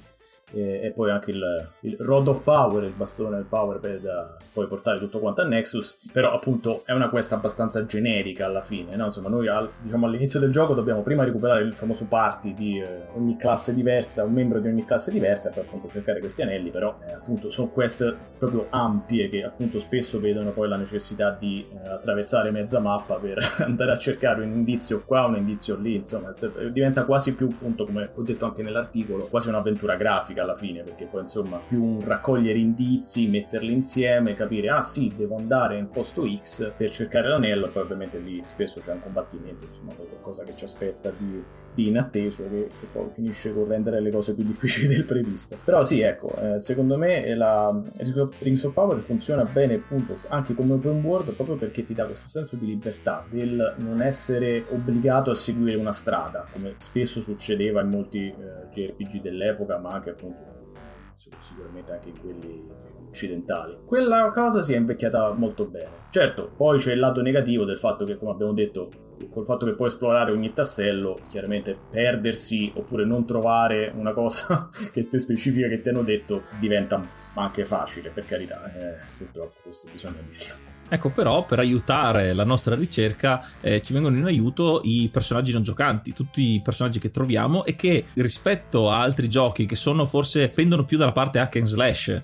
e poi anche il Rod of Power, il bastone del power per poi portare tutto quanto a Nexus, però appunto è una quest abbastanza generica alla fine, no? Insomma noi diciamo all'inizio del gioco dobbiamo prima recuperare il famoso party di ogni classe diversa, un membro di ogni classe diversa, per appunto cercare questi anelli, però appunto sono quest proprio ampie che appunto spesso vedono poi la necessità di attraversare mezza mappa per andare a cercare un indizio qua, un indizio lì, insomma diventa quasi più appunto, come ho detto anche nell'articolo, quasi un'avventura grafica alla fine, perché poi insomma più un raccogliere indizi, metterli insieme, capire ah sì, devo andare in posto X per cercare l'anello, e poi ovviamente lì spesso c'è un combattimento, insomma qualcosa che ci aspetta di inatteso che poi finisce con rendere le cose più difficili del previsto. Però sì, ecco, secondo me la Rings of Power funziona bene appunto anche come open world, proprio perché ti dà questo senso di libertà del non essere obbligato a seguire una strada, come spesso succedeva in molti JRPG dell'epoca, ma anche appunto sicuramente anche in quelli occidentali. Quella cosa si è invecchiata molto bene. Certo, poi c'è il lato negativo del fatto che, come abbiamo detto, col fatto che puoi esplorare ogni tassello, chiaramente perdersi oppure non trovare una cosa che te specifica che ti hanno detto diventa anche facile, per carità, purtroppo questo bisogna dirlo. Ecco, però per aiutare la nostra ricerca ci vengono in aiuto i personaggi non giocanti, tutti i personaggi che troviamo e che rispetto a altri giochi che sono forse pendono più dalla parte hack and slash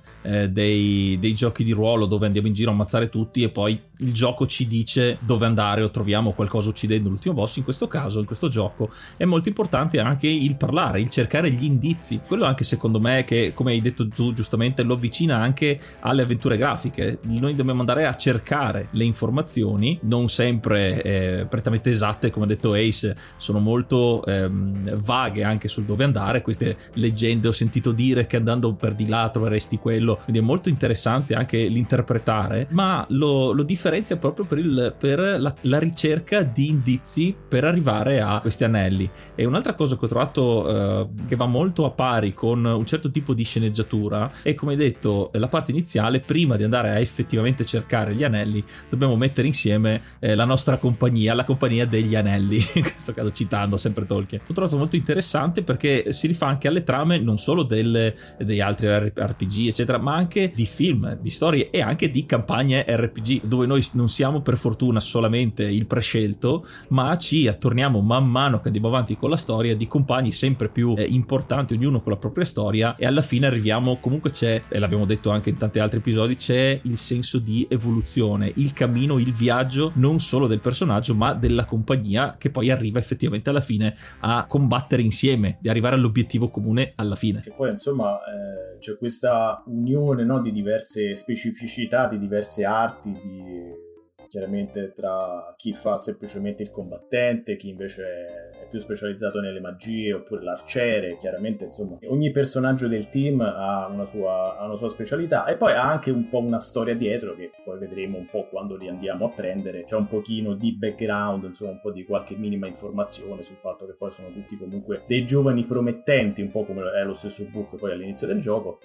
dei giochi di ruolo dove andiamo in giro a ammazzare tutti e poi il gioco ci dice dove andare o troviamo qualcosa uccidendo l'ultimo boss, in questo caso, in questo gioco è molto importante anche il parlare, il cercare gli indizi, quello anche secondo me che, come hai detto tu giustamente, lo avvicina anche alle avventure grafiche. Noi dobbiamo andare a cercare le informazioni, non sempre prettamente esatte, come ha detto Ace, sono molto vaghe anche sul dove andare, queste leggende ho sentito dire che andando per di là troveresti quello, quindi è molto interessante anche l'interpretare, ma lo differenzia proprio per la ricerca di indizi per arrivare a questi anelli. E un'altra cosa che ho trovato che va molto a pari con un certo tipo di sceneggiatura è, come detto, la parte iniziale, prima di andare a effettivamente cercare gli anelli dobbiamo mettere insieme la nostra compagnia, la compagnia degli anelli, in questo caso citando sempre Tolkien. L'ho trovato molto interessante perché si rifà anche alle trame non solo degli altri RPG eccetera, ma anche di film, di storie e anche di campagne RPG, dove noi non siamo per fortuna solamente il prescelto, ma ci attorniamo man mano che andiamo avanti con la storia di compagni sempre più importanti, ognuno con la propria storia, e alla fine arriviamo, comunque c'è, e l'abbiamo detto anche in tanti altri episodi, c'è il senso di evoluzione, il cammino, il viaggio non solo del personaggio ma della compagnia, che poi arriva effettivamente alla fine a combattere insieme, di arrivare all'obiettivo comune alla fine. Che poi insomma c'è questa unione, no, di diverse specificità, di diverse arti, chiaramente tra chi fa semplicemente il combattente, chi invece è più specializzato nelle magie, oppure l'arciere. Chiaramente insomma ogni personaggio del team ha una sua specialità, e poi ha anche un po' una storia dietro che poi vedremo un po' quando li andiamo a prendere. C'è un pochino di background, insomma un po' di qualche minima informazione sul fatto che poi sono tutti comunque dei giovani promettenti, un po' come è lo stesso Book poi all'inizio del gioco,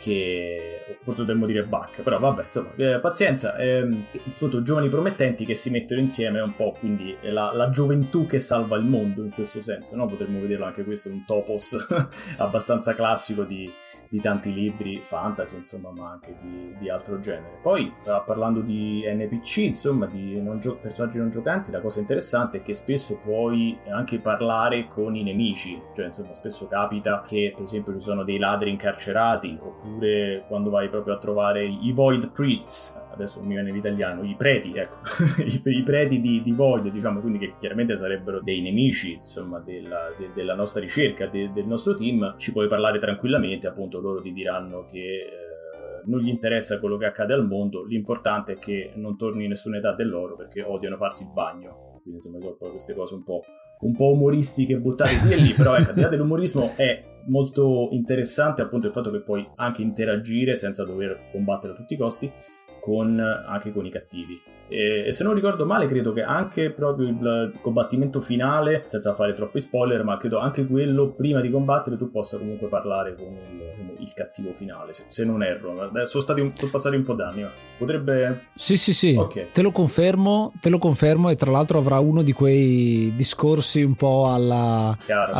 che forse dovremmo dire Buck, però vabbè insomma pazienza, appunto giovani promettenti che si mettono insieme un po', quindi la gioventù che salva il mondo in questo senso, no? Potremmo vederlo anche questo un topos abbastanza classico di tanti libri fantasy, insomma, ma anche di altro genere. Poi, parlando di NPC, insomma, di personaggi non giocanti, la cosa interessante è che spesso puoi anche parlare con i nemici, cioè, insomma, spesso capita che, per esempio, ci sono dei ladri incarcerati, oppure quando vai proprio a trovare i Void Priests, adesso non mi viene l'italiano, i preti, ecco, i preti di Void, diciamo, quindi che chiaramente sarebbero dei nemici, insomma, della nostra ricerca, del nostro team, ci puoi parlare tranquillamente, appunto, loro ti diranno che non gli interessa quello che accade al mondo, l'importante è che non torni nessuna età dell'oro perché odiano farsi il bagno, quindi insomma sono poi queste cose un po' umoristiche buttate qui e lì, però ecco, al di là dell'umorismo è molto interessante appunto il fatto che puoi anche interagire senza dover combattere a tutti i costi anche con i cattivi. E se non ricordo male credo che anche proprio il combattimento finale, senza fare troppi spoiler, ma credo anche quello prima di combattere tu possa comunque parlare con il cattivo finale, se non erro. Sono passati un po' d'anni, ma potrebbe... Sì, okay. te lo confermo, e tra l'altro avrà uno di quei discorsi un po' alla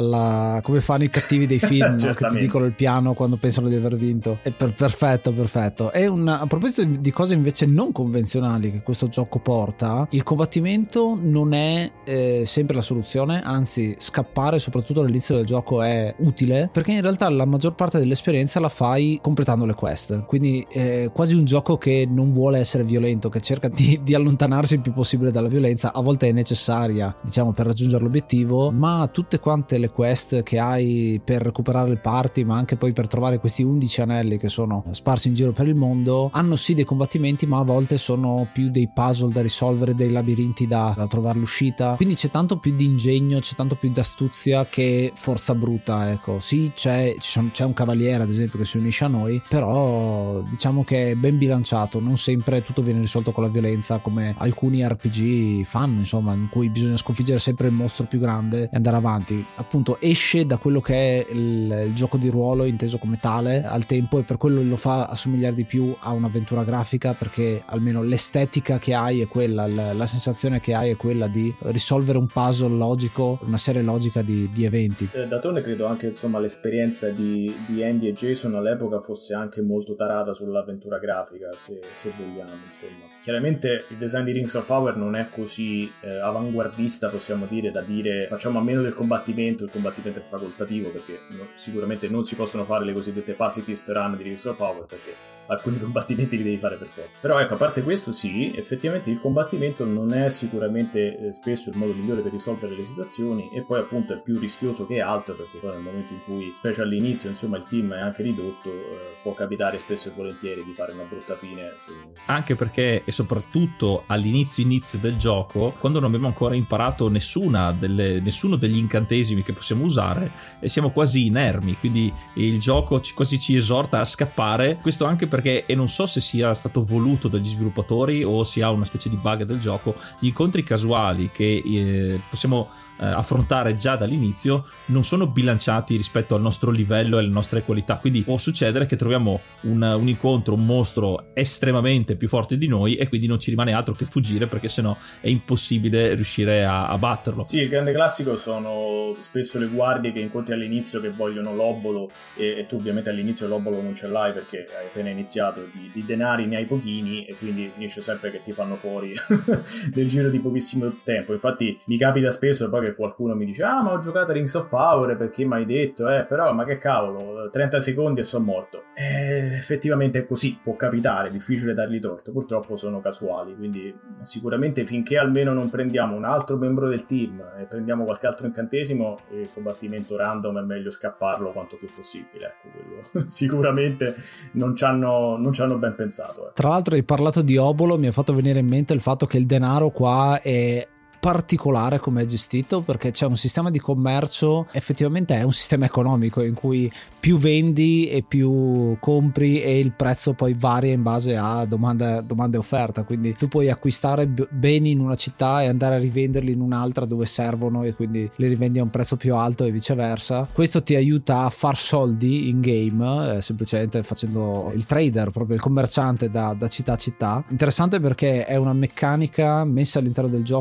come fanno i cattivi dei film, no? Che ti dicono il piano quando pensano di aver vinto. È perfetto. È a proposito di cose invece non convenzionali che questo gioco porta, il combattimento non è sempre la soluzione, anzi scappare soprattutto all'inizio del gioco è utile, perché in realtà la maggior parte dell'esperienza la fai completando le quest, quindi è quasi un gioco che non vuole essere violento, che cerca di allontanarsi il più possibile dalla violenza. A volte è necessaria, diciamo, per raggiungere l'obiettivo, ma tutte quante le quest che hai per recuperare il party, ma anche poi per trovare questi 11 anelli che sono sparsi in giro per il mondo, hanno sì dei combattimenti, ma a volte sono più dei puzzle da risolvere, dei labirinti da trovare l'uscita, quindi c'è tanto più di ingegno, c'è tanto più di astuzia che forza bruta, ecco. Sì, c'è un cavaliere ad esempio che si unisce a noi, però diciamo che è ben bilanciato, non sempre tutto viene risolto con la violenza come alcuni RPG fanno, insomma, in cui bisogna sconfiggere sempre il mostro più grande e andare avanti. Appunto esce da quello che è il gioco di ruolo inteso come tale al tempo, e per quello lo fa assomigliare di più a un'avventura grafica, perché almeno l'estetica che hai è quella, la sensazione che hai è quella di risolvere un puzzle logico, una serie logica di eventi. D'altronde credo anche, insomma, l'esperienza di Andy e Jason all'epoca fosse anche molto tarata sull'avventura grafica, se vogliamo, insomma. Chiaramente il design di Rings of Power non è così avanguardista, possiamo dire, da dire facciamo a meno del combattimento, il combattimento è facoltativo, perché sicuramente non si possono fare le cosiddette pacifist run di Rings of Power, perché alcuni combattimenti li devi fare per forza. Però ecco, a parte questo, sì, effettivamente il combattimento non è sicuramente spesso il modo migliore per risolvere le situazioni, e poi appunto è più rischioso che altro, perché poi nel momento in cui, specie all'inizio, insomma, il team è anche ridotto, può capitare spesso e volentieri di fare una brutta fine. Anche perché, e soprattutto all'inizio del gioco, quando non abbiamo ancora imparato nessuno degli incantesimi che possiamo usare, e siamo quasi inermi, quindi il gioco quasi ci esorta a scappare. Questo anche perché, e non so se sia stato voluto dagli sviluppatori o sia una specie di bug del gioco, gli incontri casuali che possiamo affrontare già dall'inizio non sono bilanciati rispetto al nostro livello e alle nostre qualità, quindi può succedere che troviamo un incontro, un mostro estremamente più forte di noi, e quindi non ci rimane altro che fuggire, perché sennò è impossibile riuscire a batterlo. Sì, il grande classico sono spesso le guardie che incontri all'inizio che vogliono l'obolo, e tu ovviamente all'inizio l'obolo non ce l'hai perché hai appena iniziato, di denari ne hai pochini, e quindi finisce sempre che ti fanno fuori nel giro di pochissimo tempo. Infatti mi capita spesso poi che qualcuno mi dice ma ho giocato a Rings of Power perché mi hai detto però ma che cavolo, 30 secondi e sono morto. Effettivamente è così, può capitare, difficile dargli torto, purtroppo sono casuali, quindi sicuramente finché almeno non prendiamo un altro membro del team e prendiamo qualche altro incantesimo, il combattimento random è meglio scapparlo quanto più possibile, ecco, quello sicuramente non ci hanno ben pensato. Tra l'altro hai parlato di obolo, mi ha fatto venire in mente il fatto che il denaro qua è particolare come è gestito, perché c'è un sistema di commercio, effettivamente è un sistema economico in cui più vendi e più compri, e il prezzo poi varia in base a domanda e offerta, quindi tu puoi acquistare beni in una città e andare a rivenderli in un'altra dove servono, e quindi li rivendi a un prezzo più alto e viceversa. Questo ti aiuta a far soldi in game, semplicemente facendo il trader, proprio il commerciante da città a città. Interessante perché è una meccanica messa all'interno del gioco che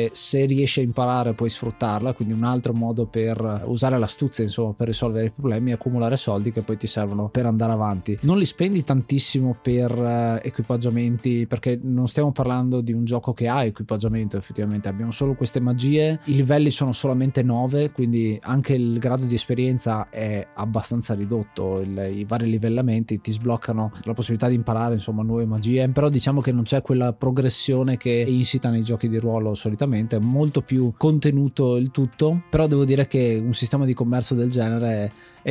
che se riesci a imparare puoi sfruttarla, quindi un altro modo per usare l'astuzia, insomma, per risolvere i problemi e accumulare soldi che poi ti servono per andare avanti. Non li spendi tantissimo per equipaggiamenti, perché non stiamo parlando di un gioco che ha equipaggiamento, effettivamente abbiamo solo queste magie, i livelli sono solamente 9, quindi anche il grado di esperienza è abbastanza ridotto, i vari livellamenti ti sbloccano la possibilità di imparare, insomma, nuove magie, però diciamo che non c'è quella progressione che è insita nei giochi di ruolo solitamente, è molto più contenuto il tutto. Però devo dire che un sistema di commercio del genere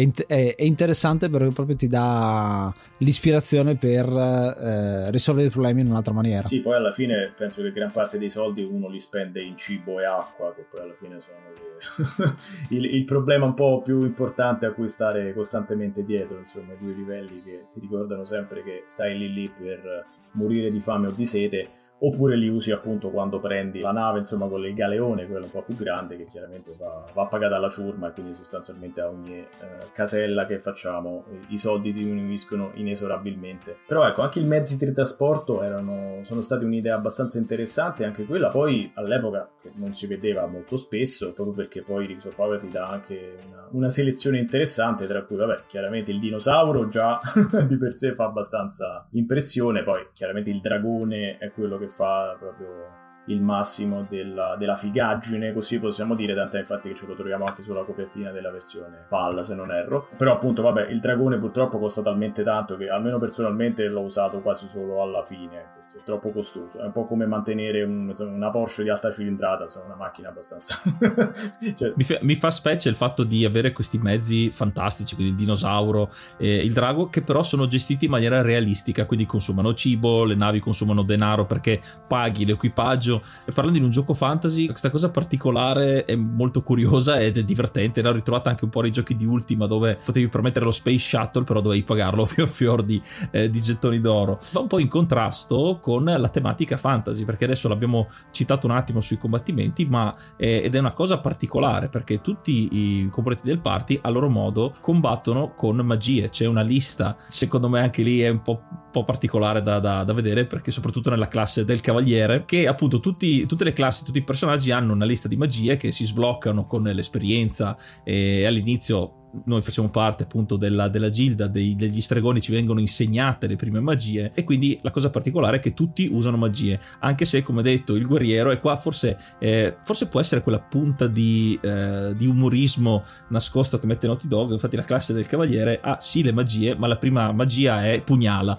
è interessante, perché proprio ti dà l'ispirazione per risolvere i problemi in un'altra maniera. Sì, poi alla fine penso che gran parte dei soldi uno li spende in cibo e acqua, che poi alla fine sono il problema un po' più importante a cui stare costantemente dietro, insomma, i 2 livelli che ti ricordano sempre che stai lì per morire di fame o di sete, oppure li usi appunto quando prendi la nave, insomma, con il galeone, quello un po' più grande, che chiaramente va pagata alla ciurma, e quindi sostanzialmente a ogni casella che facciamo i soldi diminuiscono inesorabilmente. Però ecco, anche i mezzi di trasporto sono stati un'idea abbastanza interessante, anche quella poi all'epoca che non si vedeva molto spesso, proprio perché poi Rings of Power ti dà anche una selezione interessante, tra cui vabbè, chiaramente il dinosauro già di per sé fa abbastanza impressione, poi chiaramente il dragone è quello che fa proprio il massimo della figaggine, così possiamo dire, tant'è infatti che ce lo troviamo anche sulla copertina della versione PAL, se non erro. Però appunto vabbè, il dragone purtroppo costa talmente tanto che almeno personalmente l'ho usato quasi solo alla fine, perché è troppo costoso, è un po' come mantenere una Porsche di alta cilindrata, insomma una macchina abbastanza cioè... mi fa specie il fatto di avere questi mezzi fantastici, quindi il dinosauro e il drago, che però sono gestiti in maniera realistica, quindi consumano cibo, le navi consumano denaro perché paghi l'equipaggio. E parlando di un gioco fantasy, questa cosa particolare è molto curiosa ed è divertente. L'ho ritrovata anche un po' nei giochi di Ultima, dove potevi permettere lo Space Shuttle, però dovevi pagarlo fior di gettoni d'oro. Va un po' in contrasto con la tematica fantasy, perché adesso l'abbiamo citato un attimo sui combattimenti, ma ed è una cosa particolare, perché tutti i componenti del party a loro modo combattono con magie. C'è una lista, secondo me anche lì è un po' particolare da vedere, perché soprattutto nella classe del cavaliere, che appunto tutte le classi, tutti i personaggi hanno una lista di magie che si sbloccano con l'esperienza, e all'inizio noi facciamo parte appunto della gilda degli stregoni, ci vengono insegnate le prime magie, e quindi la cosa particolare è che tutti usano magie, anche se, come detto, il guerriero, e qua forse può essere quella punta di umorismo nascosto che mette Naughty Dog. Infatti la classe del cavaliere ha sì le magie, ma la prima magia è pugnala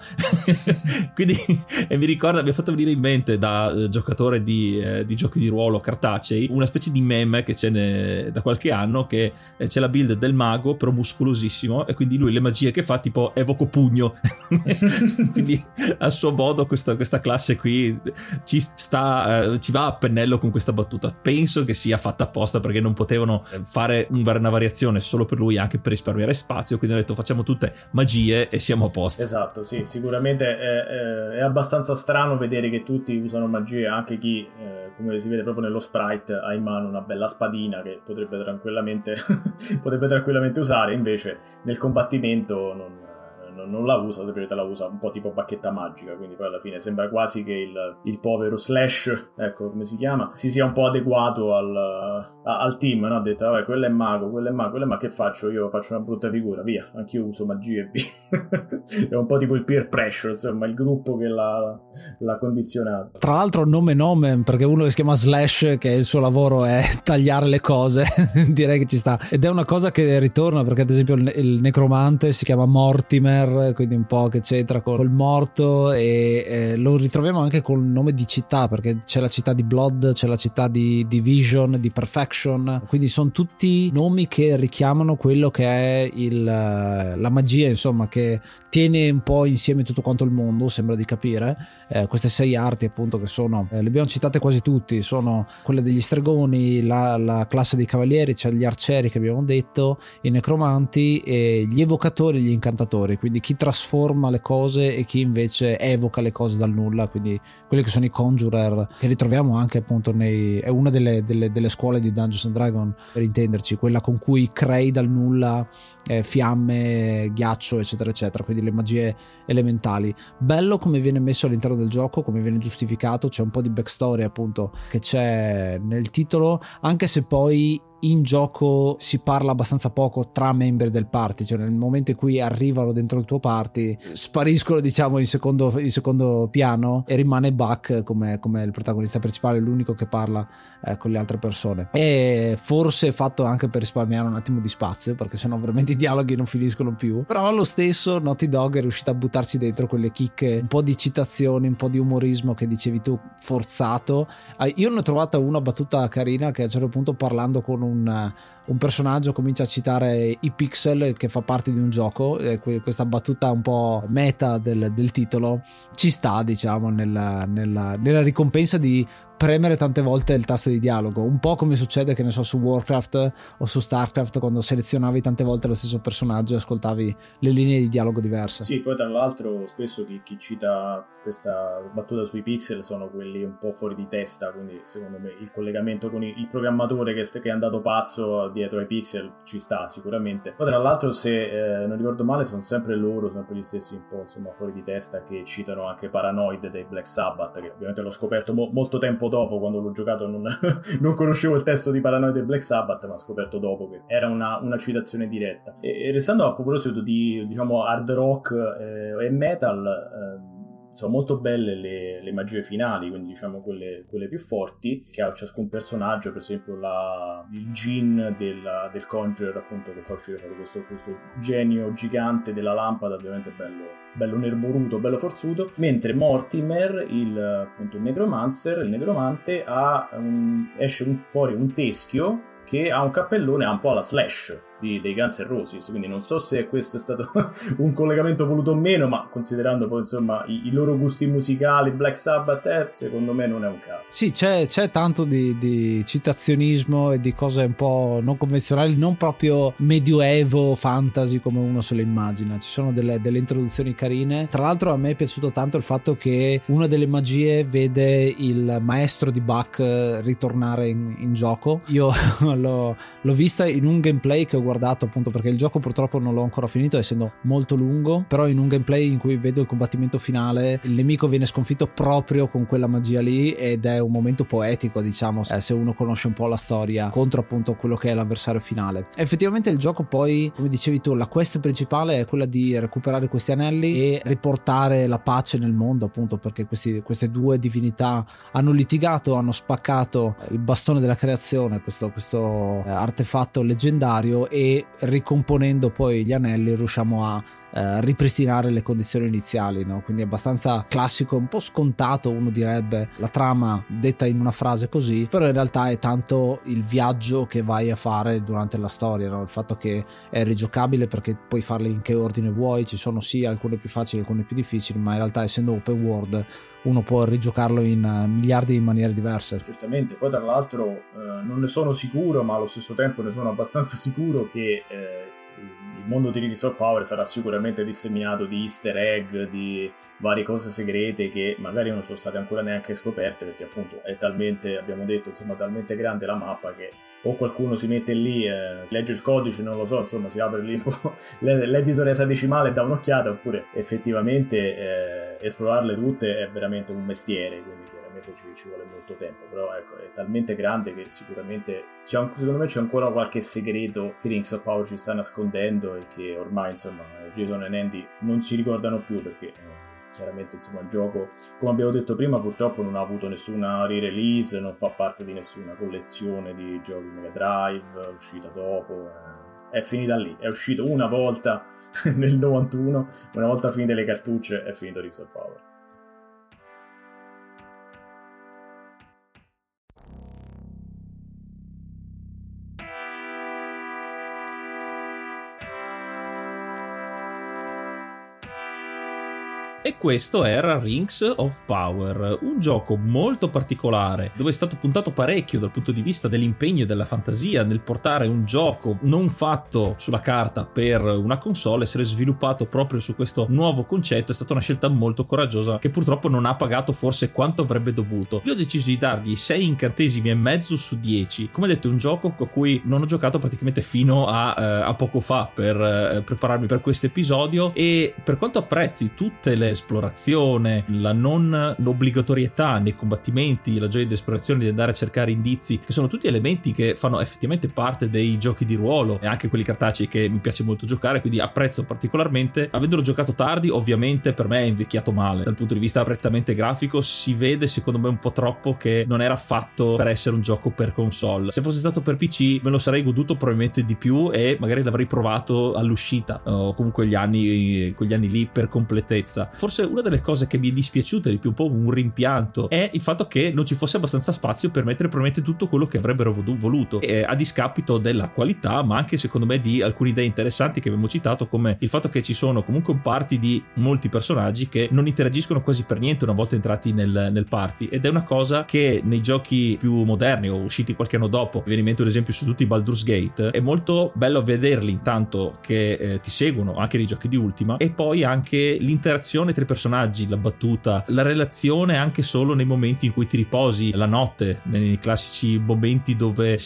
quindi mi ricorda, mi ha fatto venire in mente, da giocatore di giochi di ruolo cartacei, una specie di meme che c'è da qualche anno, che c'è la build del mago però muscolosissimo, e quindi lui le magie che fa tipo evoco pugno quindi a suo modo questa classe qui ci va a pennello con questa battuta. Penso che sia fatta apposta, perché non potevano fare una variazione solo per lui, anche per risparmiare spazio, quindi hanno detto facciamo tutte magie e siamo a posto. Esatto, sì, sicuramente è abbastanza strano vedere che tutti usano magie, anche chi come si vede proprio nello sprite ha in mano una bella spadina che potrebbe tranquillamente usare, invece nel combattimento non la usa, semplicemente la usa un po' tipo bacchetta magica, quindi poi alla fine sembra quasi che il povero Slash, ecco come si chiama, si sia un po' adeguato al team, no? Ha detto vabbè, quello è mago, che faccio? Io faccio una brutta figura, via, anch'io uso magie e via. È un po' tipo il peer pressure, insomma, il gruppo che l'ha condizionato. Tra l'altro nome, perché uno che si chiama Slash, che il suo lavoro è tagliare le cose, direi che ci sta, ed è una cosa che ritorna, perché ad esempio il necromante si chiama Mortimer, quindi un po' che c'entra col morto, e lo ritroviamo anche col nome di città, perché c'è la città di Blood, c'è la città di Vision, di Perfection, quindi sono tutti nomi che richiamano quello che è la magia, insomma, che tiene un po' insieme tutto quanto il mondo, sembra di capire. Queste 6 arti appunto, che sono, le abbiamo citate quasi tutti, sono quelle degli stregoni, la classe dei cavalieri, c'è gli arcieri che abbiamo detto, i necromanti, e gli evocatori e gli incantatori, quindi chi trasforma le cose e chi invece evoca le cose dal nulla, quindi quelli che sono i conjurer, che ritroviamo anche appunto è una delle scuole di Dungeons and Dragons, per intenderci, quella con cui crei dal nulla fiamme, ghiaccio, eccetera eccetera, quindi le magie elementali. Bello come viene messo all'interno del gioco, come viene giustificato, c'è un po' di backstory appunto che c'è nel titolo, anche se poi in gioco si parla abbastanza poco tra membri del party, cioè nel momento in cui arrivano dentro il tuo party spariscono diciamo in secondo piano e rimane Buck come il protagonista principale, l'unico che parla con le altre persone. E forse è fatto anche per risparmiare un attimo di spazio, perché sennò veramente i dialoghi non finiscono più, però lo stesso Naughty Dog è riuscita a buttarci dentro quelle chicche, un po' di citazioni, un po' di umorismo che dicevi tu forzato. Io ne ho trovata una battuta carina che a un certo punto, parlando con un personaggio, comincia a citare i pixel che fa parte di un gioco, questa battuta un po' meta del titolo ci sta diciamo nella ricompensa di premere tante volte il tasto di dialogo, un po' come succede che ne so su Warcraft o su Starcraft, quando selezionavi tante volte lo stesso personaggio e ascoltavi le linee di dialogo diverse. Sì, poi tra l'altro spesso chi cita questa battuta sui pixel sono quelli un po' fuori di testa, quindi secondo me il collegamento con il programmatore che è andato pazzo dietro ai pixel ci sta sicuramente. Poi tra l'altro, se non ricordo male, sono sempre gli stessi un po' insomma fuori di testa che citano anche Paranoid dei Black Sabbath, che ovviamente l'ho scoperto molto tempo dopo. Quando l'ho giocato non conoscevo il testo di Paranoid del Black Sabbath, ma ho scoperto dopo che era una citazione diretta. E restando a proposito di diciamo hard rock e metal, sono molto belle le magie finali, quindi diciamo quelle più forti che ha ciascun personaggio. Per esempio il Djinn del Conjurer, appunto, che fa uscire questo genio gigante della lampada, ovviamente bello nerboruto, bello forzuto, mentre Mortimer, il negromante, esce fuori un teschio che ha un cappellone un po' alla Slash dei Guns N' Roses, quindi non so se questo è stato un collegamento voluto o meno, ma considerando poi insomma i loro gusti musicali, Black Sabbath, secondo me non è un caso. Sì, c'è tanto di citazionismo e di cose un po' non convenzionali, non proprio medioevo fantasy come uno se lo immagina. Ci sono delle introduzioni carine. Tra l'altro a me è piaciuto tanto il fatto che una delle magie vede il maestro di Buck ritornare in gioco. Io l'ho vista in un gameplay che ho guardato, appunto perché il gioco purtroppo non l'ho ancora finito essendo molto lungo, però in un gameplay in cui vedo il combattimento finale, il nemico viene sconfitto proprio con quella magia lì, ed è un momento poetico diciamo, se uno conosce un po' la storia, contro appunto quello che è l'avversario finale. Effettivamente il gioco poi, come dicevi tu, la quest principale è quella di recuperare questi anelli e riportare la pace nel mondo, appunto perché queste due divinità hanno litigato, hanno spaccato il bastone della creazione, questo artefatto leggendario, e ricomponendo poi gli anelli riusciamo a ripristinare le condizioni iniziali, no? Quindi è abbastanza classico, un po' scontato uno direbbe la trama detta in una frase così, però in realtà è tanto il viaggio che vai a fare durante la storia, no? Il fatto che è rigiocabile perché puoi farle in che ordine vuoi, ci sono sì alcune più facili, alcune più difficili, ma in realtà essendo open world uno può rigiocarlo in miliardi di maniere diverse. Giustamente, poi tra l'altro non ne sono sicuro, ma allo stesso tempo ne sono abbastanza sicuro che il mondo di Rings of Power sarà sicuramente disseminato di easter egg, di varie cose segrete che magari non sono state ancora neanche scoperte, perché appunto è talmente, abbiamo detto, insomma, talmente grande la mappa che o qualcuno si mette lì, legge il codice, non lo so, insomma, si apre lì un po' l'editor esadecimale e dà un'occhiata, oppure effettivamente esplorarle tutte è veramente un mestiere, quindi chiaramente ci vuole molto tempo, però ecco, è talmente grande che sicuramente secondo me c'è ancora qualche segreto che Rings of Power ci sta nascondendo e che ormai insomma Jason e Andy non si ricordano più, perché chiaramente insomma il gioco, come abbiamo detto prima, purtroppo non ha avuto nessuna re-release, non fa parte di nessuna collezione di giochi Mega Drive uscita dopo, è finita lì, è uscito una volta nel 91, una volta finite le cartucce è finito Rings of Power. E questo era Rings of Power, un gioco molto particolare dove è stato puntato parecchio dal punto di vista dell'impegno e della fantasia nel portare un gioco non fatto sulla carta per una console, essere sviluppato proprio su questo nuovo concetto. È stata una scelta molto coraggiosa che purtroppo non ha pagato forse quanto avrebbe dovuto. Io ho deciso di dargli 6 incantesimi e mezzo su 10. Come detto, è un gioco a cui non ho giocato praticamente fino a poco fa per prepararmi per questo episodio, e per quanto apprezzi tutte le esplorazione, la non obbligatorietà nei combattimenti, la gioia di esplorazione, di andare a cercare indizi, che sono tutti elementi che fanno effettivamente parte dei giochi di ruolo e anche quelli cartacei che mi piace molto giocare, quindi apprezzo particolarmente. Avendolo giocato tardi, ovviamente per me è invecchiato male dal punto di vista prettamente grafico, si vede secondo me un po' troppo che non era fatto per essere un gioco per console. Se fosse stato per PC me lo sarei goduto probabilmente di più e magari l'avrei provato all'uscita o comunque quegli anni lì per completezza. Forse una delle cose che mi è dispiaciuta di più, un po' un rimpianto, è il fatto che non ci fosse abbastanza spazio per mettere probabilmente tutto quello che avrebbero voluto, a discapito della qualità, ma anche secondo me di alcune idee interessanti che abbiamo citato, come il fatto che ci sono comunque un party di molti personaggi che non interagiscono quasi per niente una volta entrati nel party, ed è una cosa che nei giochi più moderni o usciti qualche anno dopo, viene in mente ad esempio su tutti i Baldur's Gate, è molto bello vederli intanto che ti seguono anche nei giochi di Ultima, e poi anche l'interazione tra i personaggi, la battuta, la relazione anche solo nei momenti in cui ti riposi la notte, nei classici momenti dove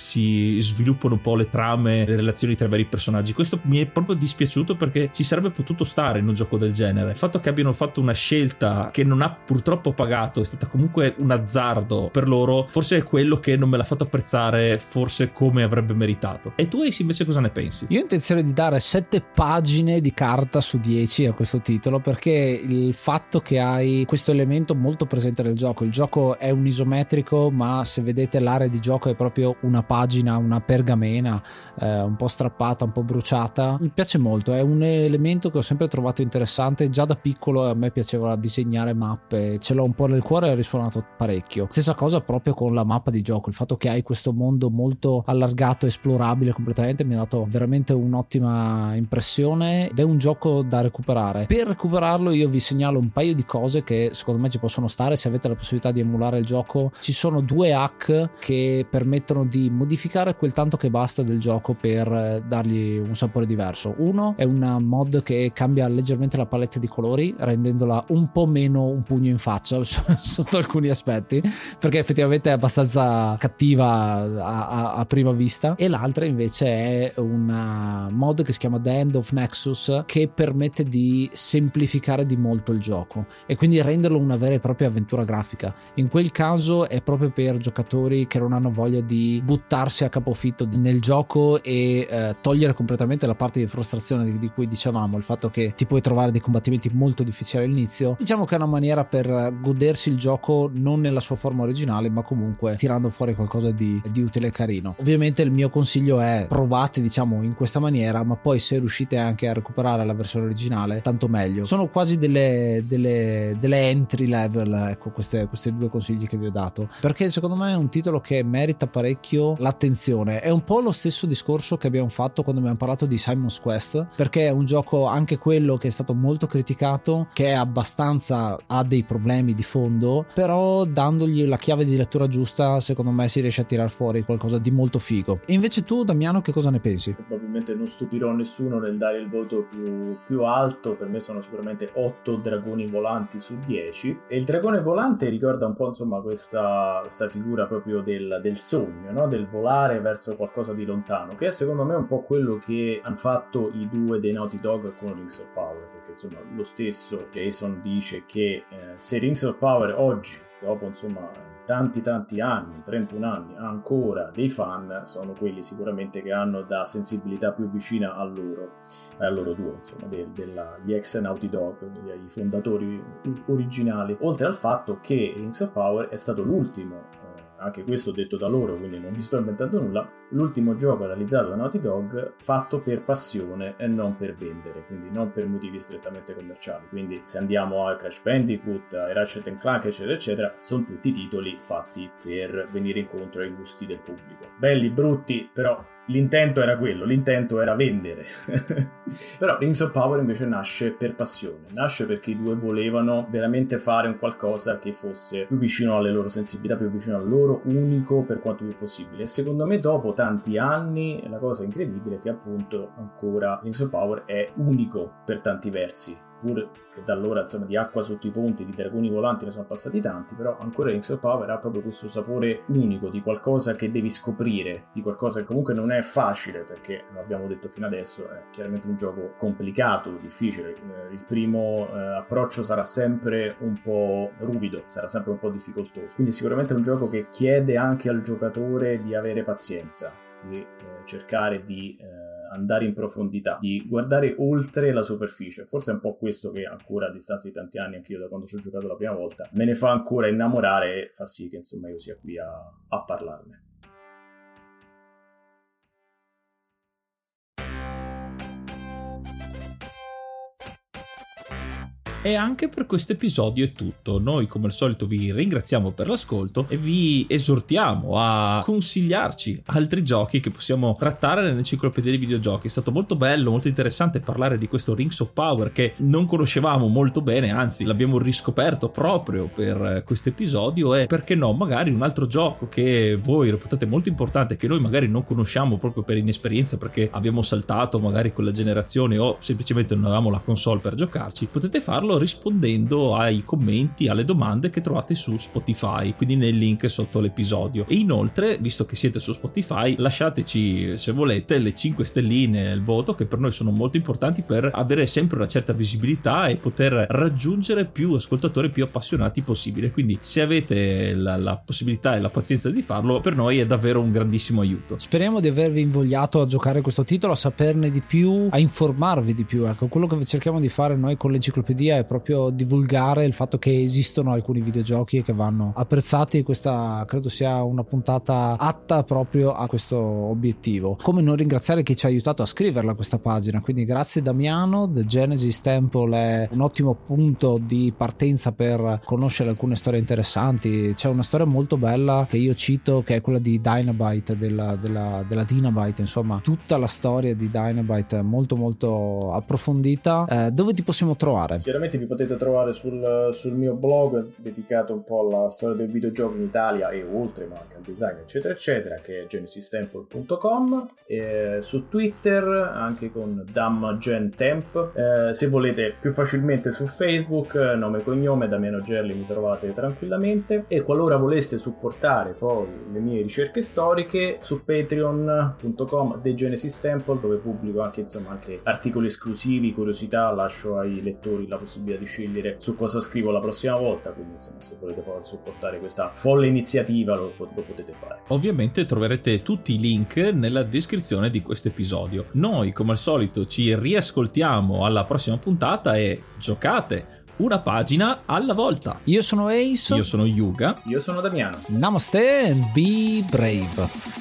si sviluppano un po' le trame, le relazioni tra i vari personaggi. Questo mi è proprio dispiaciuto perché ci sarebbe potuto stare in un gioco del genere. Il fatto che abbiano fatto una scelta che non ha purtroppo pagato, è stata comunque un azzardo per loro, forse è quello che non me l'ha fatto apprezzare forse come avrebbe meritato. E tu Ace invece cosa ne pensi? Io ho intenzione di dare 7 pagine di carta su 10 a questo titolo, perché il fatto che hai questo elemento molto presente nel gioco, il gioco è un isometrico, ma se vedete l'area di gioco è proprio una pagina, una pergamena un po' strappata, un po' bruciata, mi piace molto. È un elemento che ho sempre trovato interessante. Già da piccolo a me piaceva disegnare mappe, ce l'ho un po' nel cuore e ha risuonato parecchio. Stessa cosa proprio con la mappa di gioco, il fatto che hai questo mondo molto allargato, esplorabile completamente, mi ha dato veramente un'ottima impressione ed è un gioco da recuperare. Per recuperarlo io vi segnalo un paio di cose che secondo me ci possono stare se avete la possibilità di emulare il gioco. Ci sono 2 hack che permettono di modificare quel tanto che basta del gioco per dargli un sapore diverso. Uno è una mod che cambia leggermente la palette di colori, rendendola un po' meno un pugno in faccia sotto alcuni aspetti, perché effettivamente è abbastanza cattiva a prima vista. E l'altra invece è una mod che si chiama The End of Nexus, che permette di semplificare di molto il gioco e quindi renderlo una vera e propria avventura grafica. In quel caso è proprio per giocatori che non hanno voglia di buttarsi a capofitto nel gioco e togliere completamente la parte di frustrazione di cui dicevamo, il fatto che ti puoi trovare dei combattimenti molto difficili all'inizio. Diciamo che è una maniera per godersi il gioco non nella sua forma originale, ma comunque tirando fuori qualcosa di utile e carino. Ovviamente il mio consiglio è provate diciamo in questa maniera, ma poi se riuscite anche a recuperare la versione originale tanto meglio. Sono quasi delle entry level, ecco, questi 2 consigli che vi ho dato, perché secondo me è un titolo che merita parecchio l'attenzione. È un po' lo stesso discorso che abbiamo fatto quando abbiamo parlato di Simon's Quest, perché è un gioco anche quello che è stato molto criticato, che è abbastanza, ha dei problemi di fondo, però dandogli la chiave di lettura giusta secondo me si riesce a tirar fuori qualcosa di molto figo. E invece tu Damiano che cosa ne pensi? Probabilmente non stupirò nessuno nel dare il voto più alto. Per me sono sicuramente 8 dragoni volanti su 10, e il dragone volante ricorda un po' insomma questa figura proprio del sogno, no? Del volare verso qualcosa di lontano, che è secondo me un po' quello che hanno fatto i 2 dei Naughty Dog con Rings of Power, perché insomma lo stesso Jason dice che se Rings of Power oggi, dopo insomma tanti anni, 31 anni, ha ancora dei fan, sono quelli sicuramente che hanno da sensibilità più vicina a loro 2, insomma, gli ex Naughty Dog, i fondatori originali. Oltre al fatto che Rings of Power è stato l'ultimo, anche questo detto da loro, quindi non mi sto inventando nulla, l'ultimo gioco realizzato da Naughty Dog fatto per passione e non per vendere, quindi non per motivi strettamente commerciali. Quindi se andiamo a Crash Bandicoot, a Ratchet & Clank eccetera eccetera, sono tutti titoli fatti per venire incontro ai gusti del pubblico. Belli, brutti, però l'intento era quello, l'intento era vendere. Però Rings of Power invece nasce per passione, nasce perché i due volevano veramente fare un qualcosa che fosse più vicino alle loro sensibilità, più vicino a loro, unico per quanto più possibile. E secondo me dopo tanti anni la cosa incredibile è che appunto ancora Rings of Power è unico per tanti versi, pur che da allora insomma di acqua sotto i ponti, di dragoni volanti ne sono passati tanti, però ancora Rings of Power ha proprio questo sapore unico di qualcosa che devi scoprire, di qualcosa che comunque non è facile, perché l'abbiamo detto fino adesso, è chiaramente un gioco complicato, difficile. Il primo approccio sarà sempre un po' ruvido, sarà sempre un po' difficoltoso, quindi sicuramente è un gioco che chiede anche al giocatore di avere pazienza, di cercare di andare in profondità, di guardare oltre la superficie. Forse è un po' questo che ancora a distanza di tanti anni, anche io da quando ci ho giocato la prima volta, me ne fa ancora innamorare e fa sì che insomma io sia qui a parlarne. E anche per questo episodio è tutto. Noi come al solito vi ringraziamo per l'ascolto e vi esortiamo a consigliarci altri giochi che possiamo trattare nell'enciclopedia dei videogiochi. È stato molto bello, molto interessante parlare di questo Rings of Power che non conoscevamo molto bene, anzi l'abbiamo riscoperto proprio per questo episodio, e perché no, magari un altro gioco che voi reputate molto importante, che noi magari non conosciamo proprio per inesperienza, perché abbiamo saltato magari quella generazione o semplicemente non avevamo la console per giocarci, potete farlo rispondendo ai commenti, alle domande che trovate su Spotify, quindi nel link sotto l'episodio. E inoltre, visto che siete su Spotify, lasciateci, se volete, le 5 stelline, il voto, che per noi sono molto importanti per avere sempre una certa visibilità e poter raggiungere più ascoltatori più appassionati possibile. Quindi se avete la possibilità e la pazienza di farlo, per noi è davvero un grandissimo aiuto. Speriamo di avervi invogliato a giocare questo titolo, a saperne di più, a informarvi di più. Ecco, quello che cerchiamo di fare noi con l'enciclopedia è proprio divulgare il fatto che esistono alcuni videogiochi e che vanno apprezzati, e questa credo sia una puntata atta proprio a questo obiettivo. Come non ringraziare chi ci ha aiutato a scriverla questa pagina, quindi grazie Damiano. The Genesis Temple è un ottimo punto di partenza per conoscere alcune storie interessanti. C'è una storia molto bella che io cito, che è quella di Dynabyte, della Dynabyte, insomma tutta la storia di Dynabyte è molto molto approfondita. Dove ti possiamo trovare? Chiaramente vi potete trovare sul mio blog dedicato un po' alla storia del videogioco in Italia e oltre, ma anche al design eccetera eccetera, che è genesistemple.com, su Twitter anche con damgentemp, se volete più facilmente su Facebook, nome e cognome Damiano Gerli, mi trovate tranquillamente. E qualora voleste supportare poi le mie ricerche storiche, su patreon.com The Genesis Temple, dove pubblico anche articoli esclusivi, curiosità, lascio ai lettori la possibilità di scegliere su cosa scrivo la prossima volta, quindi insomma se volete poi supportare questa folle iniziativa lo potete fare. Ovviamente troverete tutti i link nella descrizione di questo episodio. Noi come al solito ci riascoltiamo alla prossima puntata e giocate una pagina alla volta. Io sono Ace, io sono Yuga, io sono Damiano. Namaste and be brave.